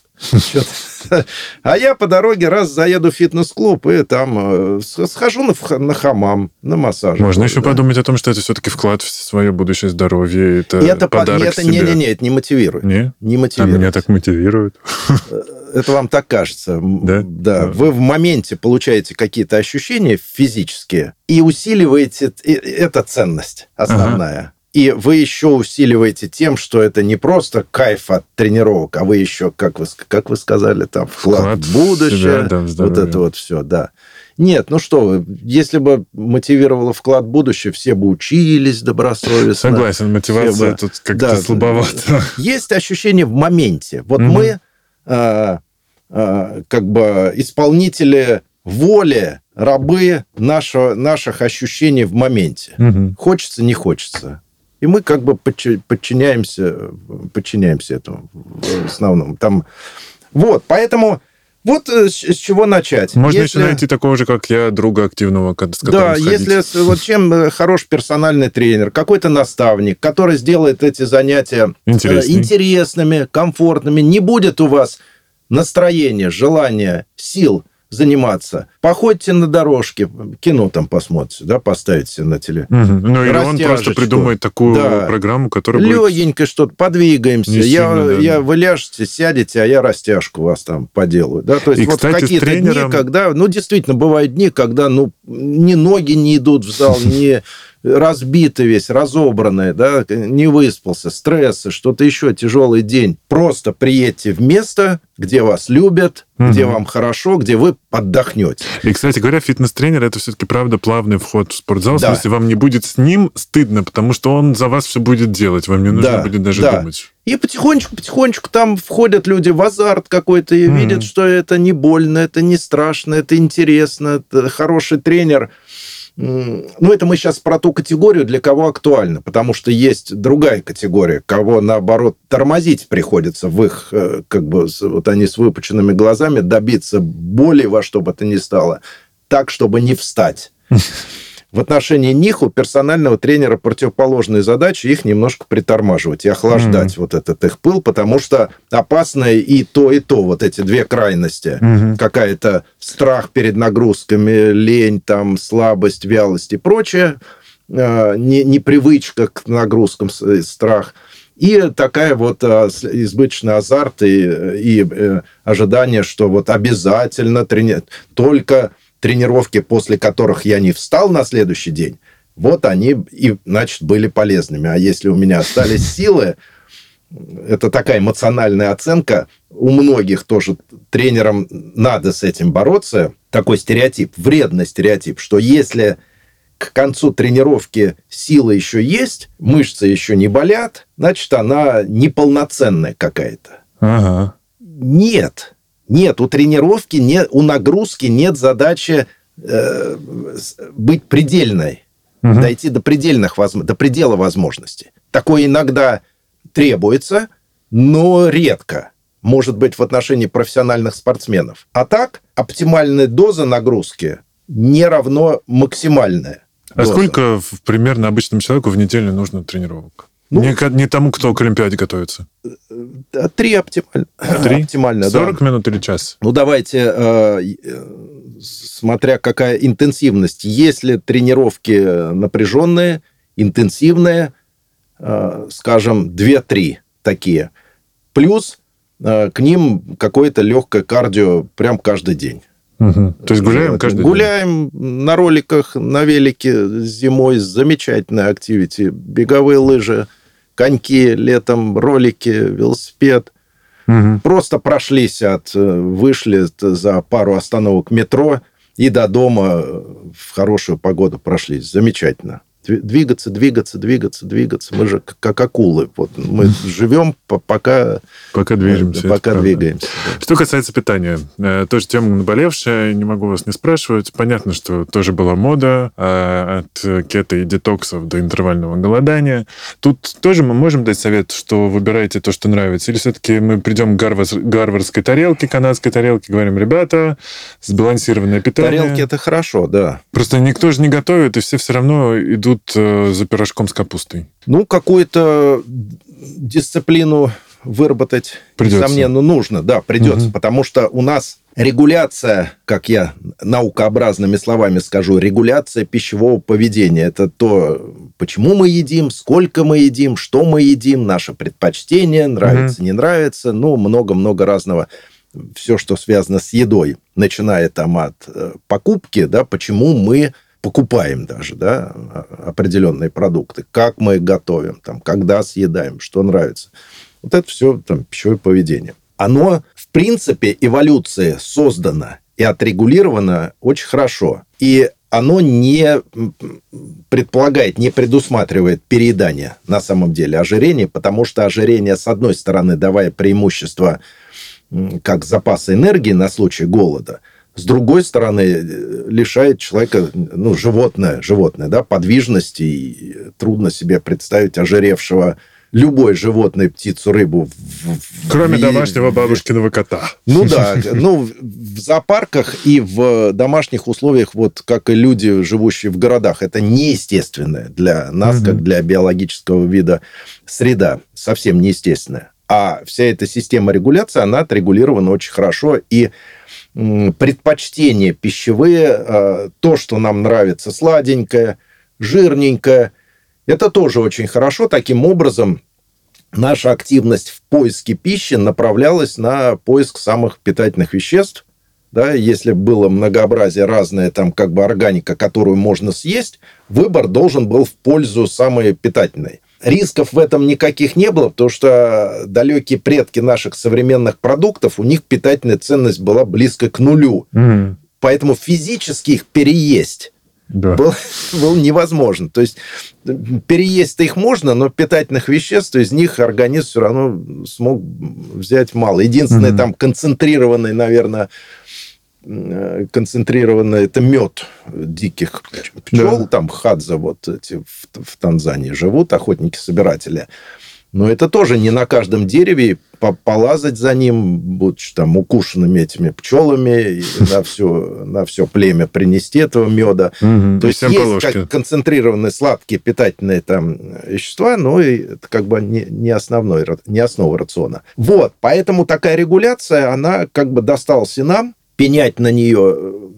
B: а я по дороге раз заеду в фитнес-клуб и там схожу на, на хамам, на массаж.
A: Можно еще да. подумать о том, что это все-таки вклад в свое будущее здоровье, это,
B: это
A: подарок
B: это,
A: себе.
B: Не-не-не, это не мотивирует.
A: Не?
B: Не мотивирует.
A: А меня так мотивирует.
B: Это вам так кажется.
A: Да?
B: Да. Вы в моменте получаете какие-то ощущения физические и усиливаете... Это ценность основная. Ага. И вы еще усиливаете тем, что это не просто кайф от тренировок, а вы еще, как вы, как вы сказали, там, вклад, вклад в будущее. Себя, да, в вот это вот все, да. Нет, ну что вы, если бы мотивировало вклад в будущее, все бы учились добросовестно.
A: Согласен, мотивация бы, тут как-то да, слабовато.
B: Есть ощущение в моменте. Вот угу. мы а, а, как бы исполнители воли, рабы нашего, наших ощущений в моменте. Угу. Хочется, не хочется. И мы как бы подчиняемся, подчиняемся этому в основном. Там... Вот, поэтому вот с чего начать.
A: Можно если... еще найти такого же, как я, друга активного, с которым
B: Да,
A: сходить.
B: если вот чем хорош персональный тренер, какой-то наставник, который сделает эти занятия интересными, комфортными, не будет у вас настроения, желания, сил заниматься. Походите на дорожке, кино там посмотрите, да, поставите на теле. Угу.
A: Ну, или он просто придумает такую да. программу, которая будет...
B: Легенько что-то, подвигаемся. Я, сильно, да. я, вы ляжете, сядете, а я растяжку вас там поделаю. Да? То есть,
A: и,
B: вот
A: кстати,
B: какие-то
A: тренером...
B: дни, когда... Ну, действительно, бывают дни, когда, ну, ни ноги не идут в зал, ни разбитый весь, разобранный, да, не выспался, стрессы, что-то еще, тяжелый день. Просто приедьте в место, где вас любят, угу. где вам хорошо, где вы отдохнете.
A: И, кстати говоря, фитнес-тренер – это все-таки, правда, плавный вход в спортзал. Да. В смысле, вам не будет с ним стыдно, потому что он за вас все будет делать. Вам не нужно да, будет даже да. думать.
B: И потихонечку-потихонечку там входят люди в азарт какой-то и mm. видят, что это не больно, это не страшно, это интересно, это хороший тренер. Ну, это мы сейчас про ту категорию, для кого актуально, потому что есть другая категория, кого, наоборот, тормозить приходится в их, как бы, вот они с выпученными глазами, добиться боли во что бы то ни стало, так, чтобы не встать. В отношении них у персонального тренера противоположные задачи, их немножко притормаживать и охлаждать mm-hmm. вот этот их пыл, потому что опасно и то, и то, вот эти две крайности. Mm-hmm. Какая-то страх перед нагрузками, лень, там, слабость, вялость и прочее, не, непривычка к нагрузкам, страх. И такая вот избыточный азарт и, и ожидание, что вот обязательно трени... только... тренировки, после которых я не встал на следующий день, вот они и, значит, были полезными. А если у меня остались силы, это такая эмоциональная оценка. У многих тоже тренерам надо с этим бороться. Такой стереотип, вредный стереотип, что если к концу тренировки сила еще есть, мышцы еще не болят, значит, она неполноценная какая-то.
A: Ага.
B: Нет. Нет, у тренировки, нет, у нагрузки нет задачи э, быть предельной, угу. дойти до предельных, до предела возможностей. Такое иногда требуется, но редко. Может быть, в отношении профессиональных спортсменов. А так, оптимальная доза нагрузки не равно максимальная
A: А доза. Сколько примерно обычному человеку в неделю нужно тренировок? Ну, не, не тому, кто к Олимпиаде готовится.
B: Три оптимально.
A: Три?
B: Оптимально,
A: сорок
B: да.
A: минут или час?
B: Ну, давайте, э, смотря какая интенсивность. Если тренировки напряженные, интенсивные, э, скажем, два-три такие, плюс э, к ним какое-то легкое кардио прям каждый день.
A: Угу. То есть гуляем каждый
B: гуляем день? Гуляем на роликах, на велике зимой, замечательная активити. Беговые лыжи, коньки летом, ролики, велосипед. Угу. Просто прошлись от... Вышли за пару остановок метро и до дома в хорошую погоду прошлись. Замечательно. Двигаться, двигаться, двигаться, двигаться. Мы же как акулы. Вот мы живем, пока...
A: Пока движемся.
B: Пока двигаемся. Да.
A: Что касается питания. Тоже тема наболевшая. Не могу вас не спрашивать. Понятно, что тоже была мода от кето и детоксов до интервального голодания. Тут тоже мы можем дать совет, что выбирайте то, что нравится? Или все-таки мы придем к гарвард... гарвардской тарелке, канадской тарелке, говорим, ребята, сбалансированное питание.
B: Тарелки – это хорошо, да.
A: Просто никто же не готовит, и все все равно идут за пирожком с капустой.
B: Ну, какую-то дисциплину выработать,
A: придется.
B: Несомненно, нужно. Да, придется, угу. потому что у нас регуляция, как я наукообразными словами скажу, регуляция пищевого поведения. Это то, почему мы едим, сколько мы едим, что мы едим, наши предпочтения, нравится, угу. не нравится, ну, много-много разного. Все, что связано с едой, начиная там от покупки, да, почему мы покупаем даже, да, определенные продукты, как мы их готовим, там, когда съедаем, что нравится. Вот это все там, пищевое поведение. Оно, в принципе, эволюция создано и отрегулировано очень хорошо. И оно не предполагает, не предусматривает переедание на самом деле, ожирение, потому что ожирение, с одной стороны, давая преимущество как запаса энергии на случай голода, с другой стороны, лишает человека, ну, животное, животное, да, подвижности. И трудно себе представить ожиревшего любое животное, птицу, рыбу. В,
A: Кроме
B: в...
A: домашнего бабушкиного кота.
B: Ну да, ну в зоопарках и в домашних условиях, вот как и люди, живущие в городах, это неестественная для нас, угу. как для биологического вида, среда, совсем неестественная. А вся эта система регуляции, она отрегулирована очень хорошо, и предпочтения пищевые, то, что нам нравится сладенькое, жирненькое, это тоже очень хорошо. Таким образом, наша активность в поиске пищи направлялась на поиск самых питательных веществ, да, если было многообразие разное, там как бы органика, которую можно съесть, выбор должен был в пользу самой питательной. Рисков в этом никаких не было, потому что далекие предки наших современных продуктов, у них питательная ценность была близко к нулю. Mm. Поэтому физически их переесть да. был, был невозможно. То есть переесть-то их можно, но питательных веществ из них организм все равно смог взять мало. Единственное, mm. там концентрированный, наверное, концентрированный это мед диких пчел, да. там хадза вот эти в, в Танзании живут, охотники-собиратели. Но это тоже не на каждом дереве полазать за ним, будучи там укушенными этими пчелами, и на все, на все племя принести этого меда. Угу, то есть есть как концентрированные сладкие питательные там вещества, но это как бы не, не, основной, не основа рациона. Вот, поэтому такая регуляция, она как бы досталась и нам. Пенять на нее,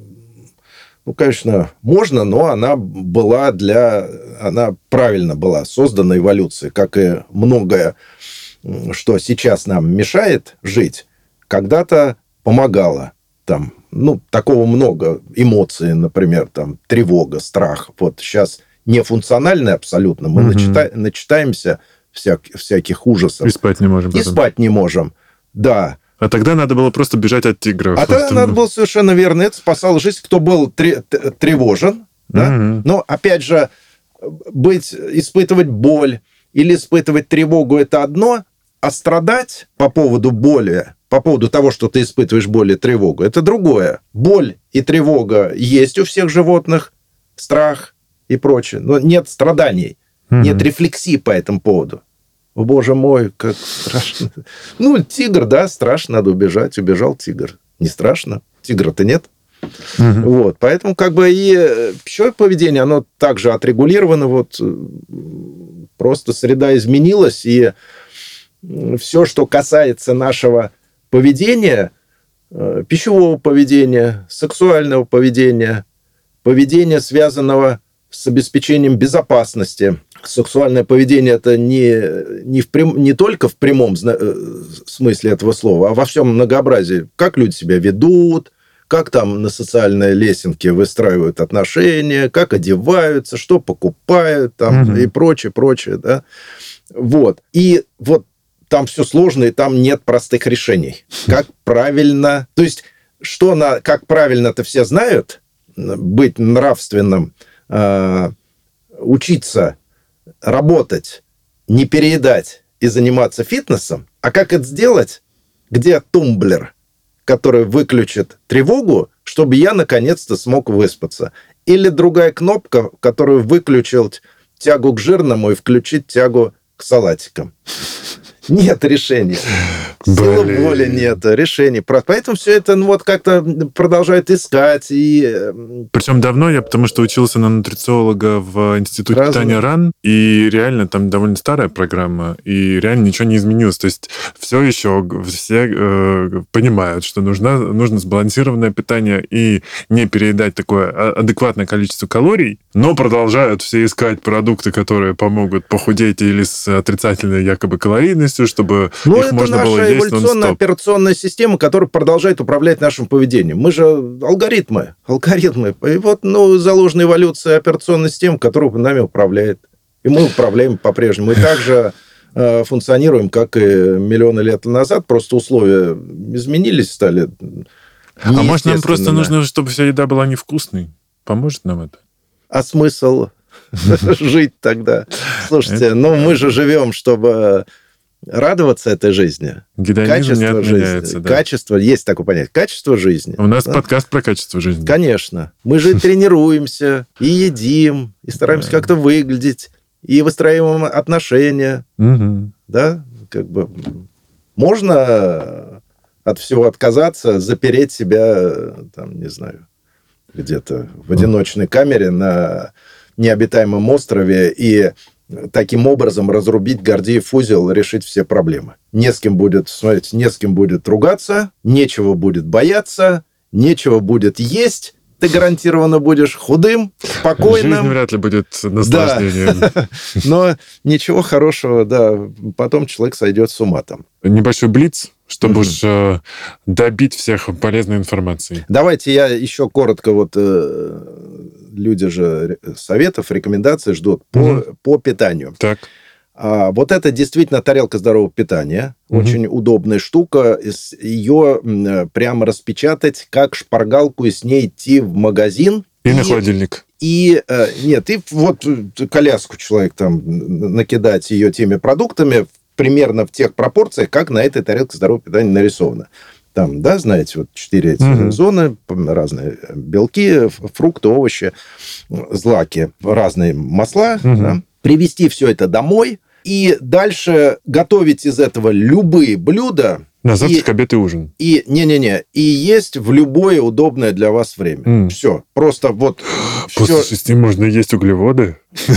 B: ну, конечно, можно, но она была для... Она правильно была создана эволюцией, как и многое, что сейчас нам мешает жить, когда-то помогало. Там, ну, такого много. Эмоций, например, там, тревога, страх. Вот сейчас нефункциональные абсолютно. Мы угу. начита... начитаемся всяк... всяких ужасов.
A: И спать не можем.
B: И потом. спать не можем, да.
A: А тогда надо было просто бежать от тигра.
B: А тогда надо было совершенно верно. Это спасало жизнь, кто был тревожен. Да? Mm-hmm. Но, опять же, быть, испытывать боль или испытывать тревогу – это одно, а страдать по поводу боли, по поводу того, что ты испытываешь боль и тревогу – это другое. Боль и тревога есть у всех животных, страх и прочее. Но нет страданий, mm-hmm. нет рефлексии по этому поводу. О, боже мой, как страшно. Ну, тигр, да, страшно, надо убежать. Убежал тигр. Не страшно. Тигра-то нет. Угу. Вот. Поэтому как бы и пищевое поведение, оно также отрегулировано. Вот просто среда изменилась, и все, что касается нашего поведения, пищевого поведения, сексуального поведения, поведения, связанного с обеспечением безопасности. Сексуальное поведение – это не, не, в прям, не только в прямом смысле этого слова, а во всем многообразии. Как люди себя ведут, как там на социальной лесенке выстраивают отношения, как одеваются, что покупают там, угу. и прочее, прочее. Да? Вот. И вот там все сложно, и там нет простых решений. Как правильно... То есть, что на, как правильно-то все знают, быть нравственным, э, учиться, работать, не переедать и заниматься фитнесом. А как это сделать? Где тумблер, который выключит тревогу, чтобы я наконец-то смог выспаться? Или другая кнопка, которую выключит тягу к жирному и включить тягу к салатикам? Нет решения. Силы воли нет, решений. Поэтому все это ну, вот как-то продолжают искать. И...
A: Причем давно я, потому что учился на нутрициолога в Институте Разум. питания РАН, и реально там довольно старая программа, и реально ничего не изменилось. То есть все еще все э, понимают, что нужно, нужно сбалансированное питание и не переедать такое адекватное количество калорий, но продолжают все искать продукты, которые помогут похудеть или с отрицательной якобы калорийностью, чтобы
B: ну,
A: их можно было есть нон-стоп.
B: Эволюционная операционная система, которая продолжает управлять нашим поведением. Мы же алгоритмы. Алгоритмы. И вот ну, заложена эволюция операционной системы, которая нами управляет. И мы управляем по-прежнему. И также э, функционируем, как и миллионы лет назад. Просто условия изменились, стали
A: А может, нам просто нужно, чтобы вся еда была невкусной? Поможет нам это?
B: А смысл жить тогда? Слушайте, ну мы же живем, чтобы... радоваться этой жизни.
A: Гедонизм
B: качество
A: не отменяется.
B: Жизни.
A: Да.
B: Качество, есть такое понятие. Качество жизни.
A: У нас
B: да?
A: подкаст про качество жизни.
B: Конечно. Мы же тренируемся, и едим, и стараемся как-то выглядеть, и выстраиваем отношения. Да? Как бы можно от всего отказаться, запереть себя, там, не знаю, где-то в одиночной камере на необитаемом острове и таким образом разрубить Гордиев узел, решить все проблемы. Не с кем будет, смотрите, не с кем будет ругаться, нечего будет бояться, нечего будет есть, ты гарантированно будешь худым, спокойным.
A: Жизнь вряд ли будет наслаждением.
B: Да. Но ничего хорошего, да, потом человек сойдет с ума там.
A: Небольшой блиц чтобы уж э, добить всех полезной информацией.
B: Давайте я еще коротко, вот э, люди же советов, рекомендаций ждут по, mm-hmm. по питанию.
A: Так.
B: А, вот это действительно тарелка здорового питания. Mm-hmm. Очень удобная штука. Ее э, прямо распечатать, как шпаргалку, и с ней идти в магазин.
A: И, и на холодильник.
B: И, э, нет, и вот коляску человек там накидать ее теми продуктами, примерно в тех пропорциях, как на этой тарелке здорового питания нарисовано. Там, да, знаете, вот четыре эти mm-hmm. зоны, разные белки, фрукты, овощи, злаки, разные масла. Mm-hmm. Да? Привезти все это домой и дальше готовить из этого любые блюда.
A: На завтрак, и, обед и ужин.
B: И, не-не-не, и есть в любое удобное для вас время. Mm. Все. Просто вот...
A: После
B: все...
A: шести можно есть углеводы?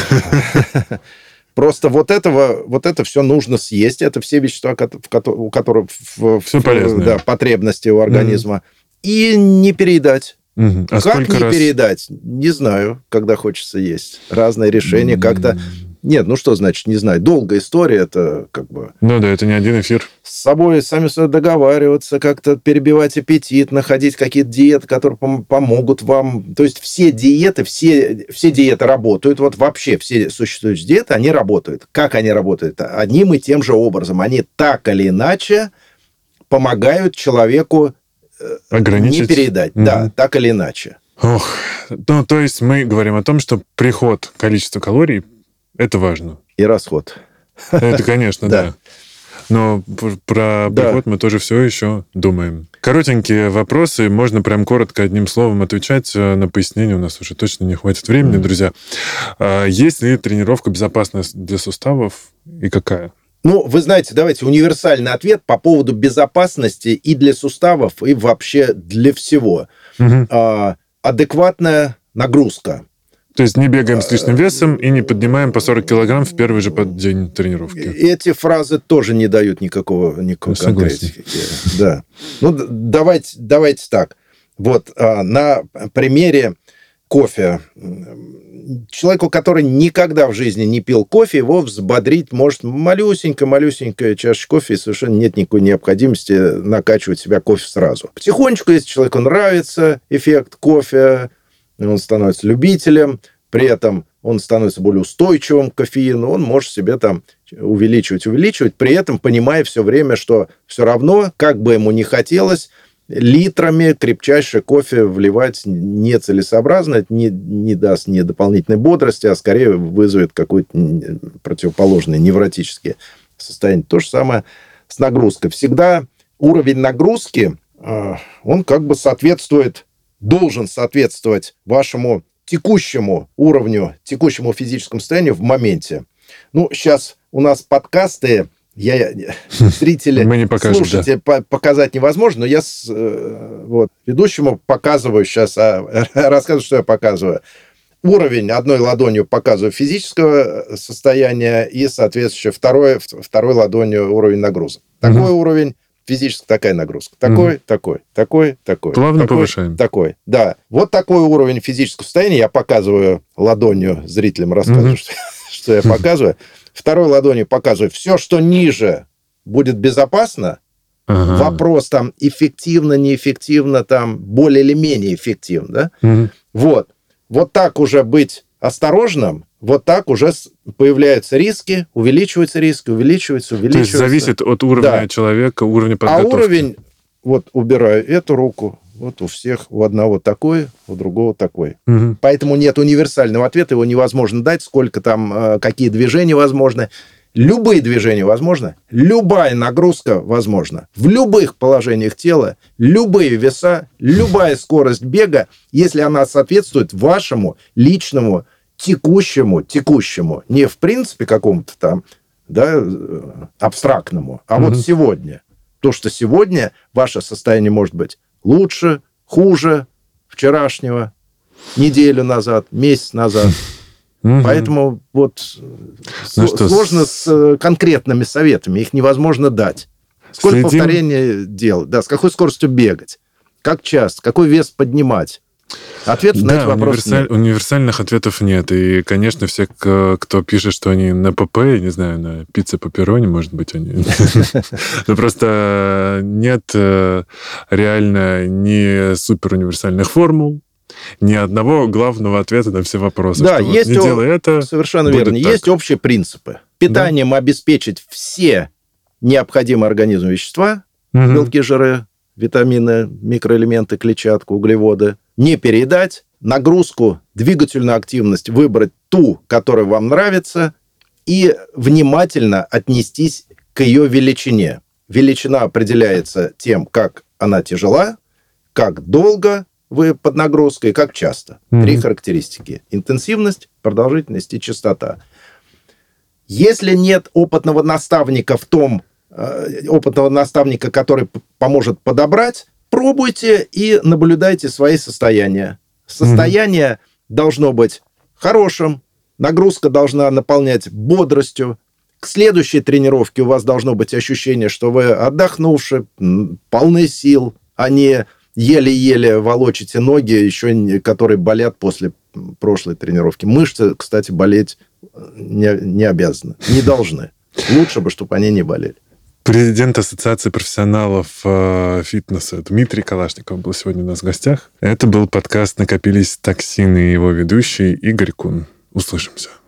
B: Просто вот этого, вот это все нужно съесть. Это все вещества, у которых
A: все полезное.
B: Да, потребности у организма. Mm-hmm. И не переедать.
A: Mm-hmm. А
B: как не
A: раз...
B: переедать? Не знаю, когда хочется есть. Разные решения mm-hmm. как-то... Нет, ну что значит, не знаю. Долгая история, это как бы...
A: Ну да, это не один эфир.
B: С собой сами собой договариваться, как-то перебивать аппетит, находить какие-то диеты, которые пом- помогут вам. То есть все диеты, все, все диеты работают. Вот вообще все существующие диеты, они работают. Как они работают? Одним и тем же образом. Они так или иначе помогают человеку
A: ограничить.
B: Не переедать. Mm-hmm. Да, так или иначе.
A: Ох, ну то есть мы говорим о том, что приход количества калорий это важно.
B: И расход.
A: Это, конечно, да. Но про приход мы тоже все еще думаем. Коротенькие вопросы. Можно прям коротко одним словом отвечать. На пояснение у нас уже точно не хватит времени, друзья. Есть ли тренировка безопасна для суставов и какая?
B: Ну, вы знаете, давайте универсальный ответ по поводу безопасности и для суставов, и вообще для всего.
A: Угу.
B: Адекватная нагрузка.
A: То есть не бегаем с лишним весом и не поднимаем по сорок килограмм в первый же день тренировки.
B: Эти фразы тоже не дают никакого, никакой ну, конкретики. Да. Ну, давайте, давайте так. Вот на примере кофе. Человеку, который никогда в жизни не пил кофе, его взбодрить может малюсенькая-малюсенькая чашечка кофе, и совершенно нет никакой необходимости накачивать себя кофе сразу. Потихонечку, если человеку нравится эффект кофе, он становится любителем, при этом он становится более устойчивым к кофеину, он может себе там увеличивать, увеличивать, при этом понимая все время, что все равно, как бы ему ни хотелось, литрами крепчайший кофе вливать нецелесообразно, это не, не даст ни дополнительной бодрости, а скорее вызовет какое-то противоположное невротическое состояние. То же самое с нагрузкой. Всегда уровень нагрузки, он как бы соответствует, должен соответствовать вашему текущему уровню, текущему физическому состоянию в моменте. Ну, сейчас у нас подкасты, я, зрители,
A: Мы не покажем,
B: слушатели
A: да.
B: показать невозможно, но я вот, ведущему показываю сейчас, а, рассказываю, что я показываю. Уровень одной ладонью показываю физического состояния и, соответственно, второй, второй ладонью уровень нагрузок. Такой угу. уровень. Физически такая нагрузка. Такой, mm. такой, такой, такой.
A: Плавно
B: такой,
A: повышаем.
B: Такой, да. Вот такой уровень физического состояния я показываю ладонью, зрителям рассказываю, mm-hmm. что, что я показываю. Второй ладонью показываю все, что ниже будет безопасно. Ага. Вопрос там эффективно, неэффективно, там более или менее эффективно. Да? Mm-hmm. Вот. Вот так уже быть осторожным, вот так уже появляются риски, увеличиваются риски, увеличиваются, увеличиваются.
A: То есть зависит от уровня да. человека, уровня подготовки.
B: А уровень, вот убираю эту руку, вот у всех, у одного такой, у другого такой.
A: Угу.
B: Поэтому нет универсального ответа, его невозможно дать, сколько там, какие движения возможны. Любые движения возможны, любая нагрузка возможна. В любых положениях тела, любые веса, любая скорость бега, если она соответствует вашему личному текущему, текущему, не в принципе какому-то там, да, абстрактному, а mm-hmm. вот сегодня. То, что сегодня ваше состояние может быть лучше, хуже вчерашнего, неделю назад, месяц назад. Mm-hmm. Поэтому вот ну с- сложно с... с конкретными советами, их невозможно дать. Сколько Следим... повторений делать, да, с какой скоростью бегать, как часто, какой вес поднимать. Ответов
A: да,
B: на эти вопросы
A: универсаль...
B: нет.
A: Универсальных ответов нет. И, конечно, все, кто пишет, что они на ПП, не знаю, на пицце пепперони, может быть, они... Но просто нет реально ни суперуниверсальных формул, ни одного главного ответа на все вопросы.
B: Да,
A: что
B: есть
A: вот не
B: о...
A: делай это,
B: совершенно верно.
A: так.
B: Есть общие принципы. Питанием да. обеспечить все необходимые организму вещества, угу. белки, жиры, витамины, микроэлементы, клетчатку, углеводы, не переедать, нагрузку, двигательную активность выбрать ту, которая вам нравится, и внимательно отнестись к ее величине. Величина определяется тем, как она тяжела, как долго вы под нагрузкой, как часто. Mm-hmm. Три характеристики. Интенсивность, продолжительность и частота. Если нет опытного наставника в том, э, опытного наставника, который п- поможет подобрать, пробуйте и наблюдайте свои состояния. Состояние mm-hmm. должно быть хорошим, нагрузка должна наполнять бодростью. К следующей тренировке у вас должно быть ощущение, что вы отдохнувши, полны сил, а не еле-еле волочите ноги, еще которые болят после прошлой тренировки. Мышцы, кстати, болеть не, не обязаны, не должны. Лучше бы, чтобы они не болели.
A: Президент Ассоциации профессионалов э, фитнеса Дмитрий Калашников был сегодня у нас в гостях. Это был подкаст «Накопились токсины» и его ведущий Игорь Кун. Услышимся.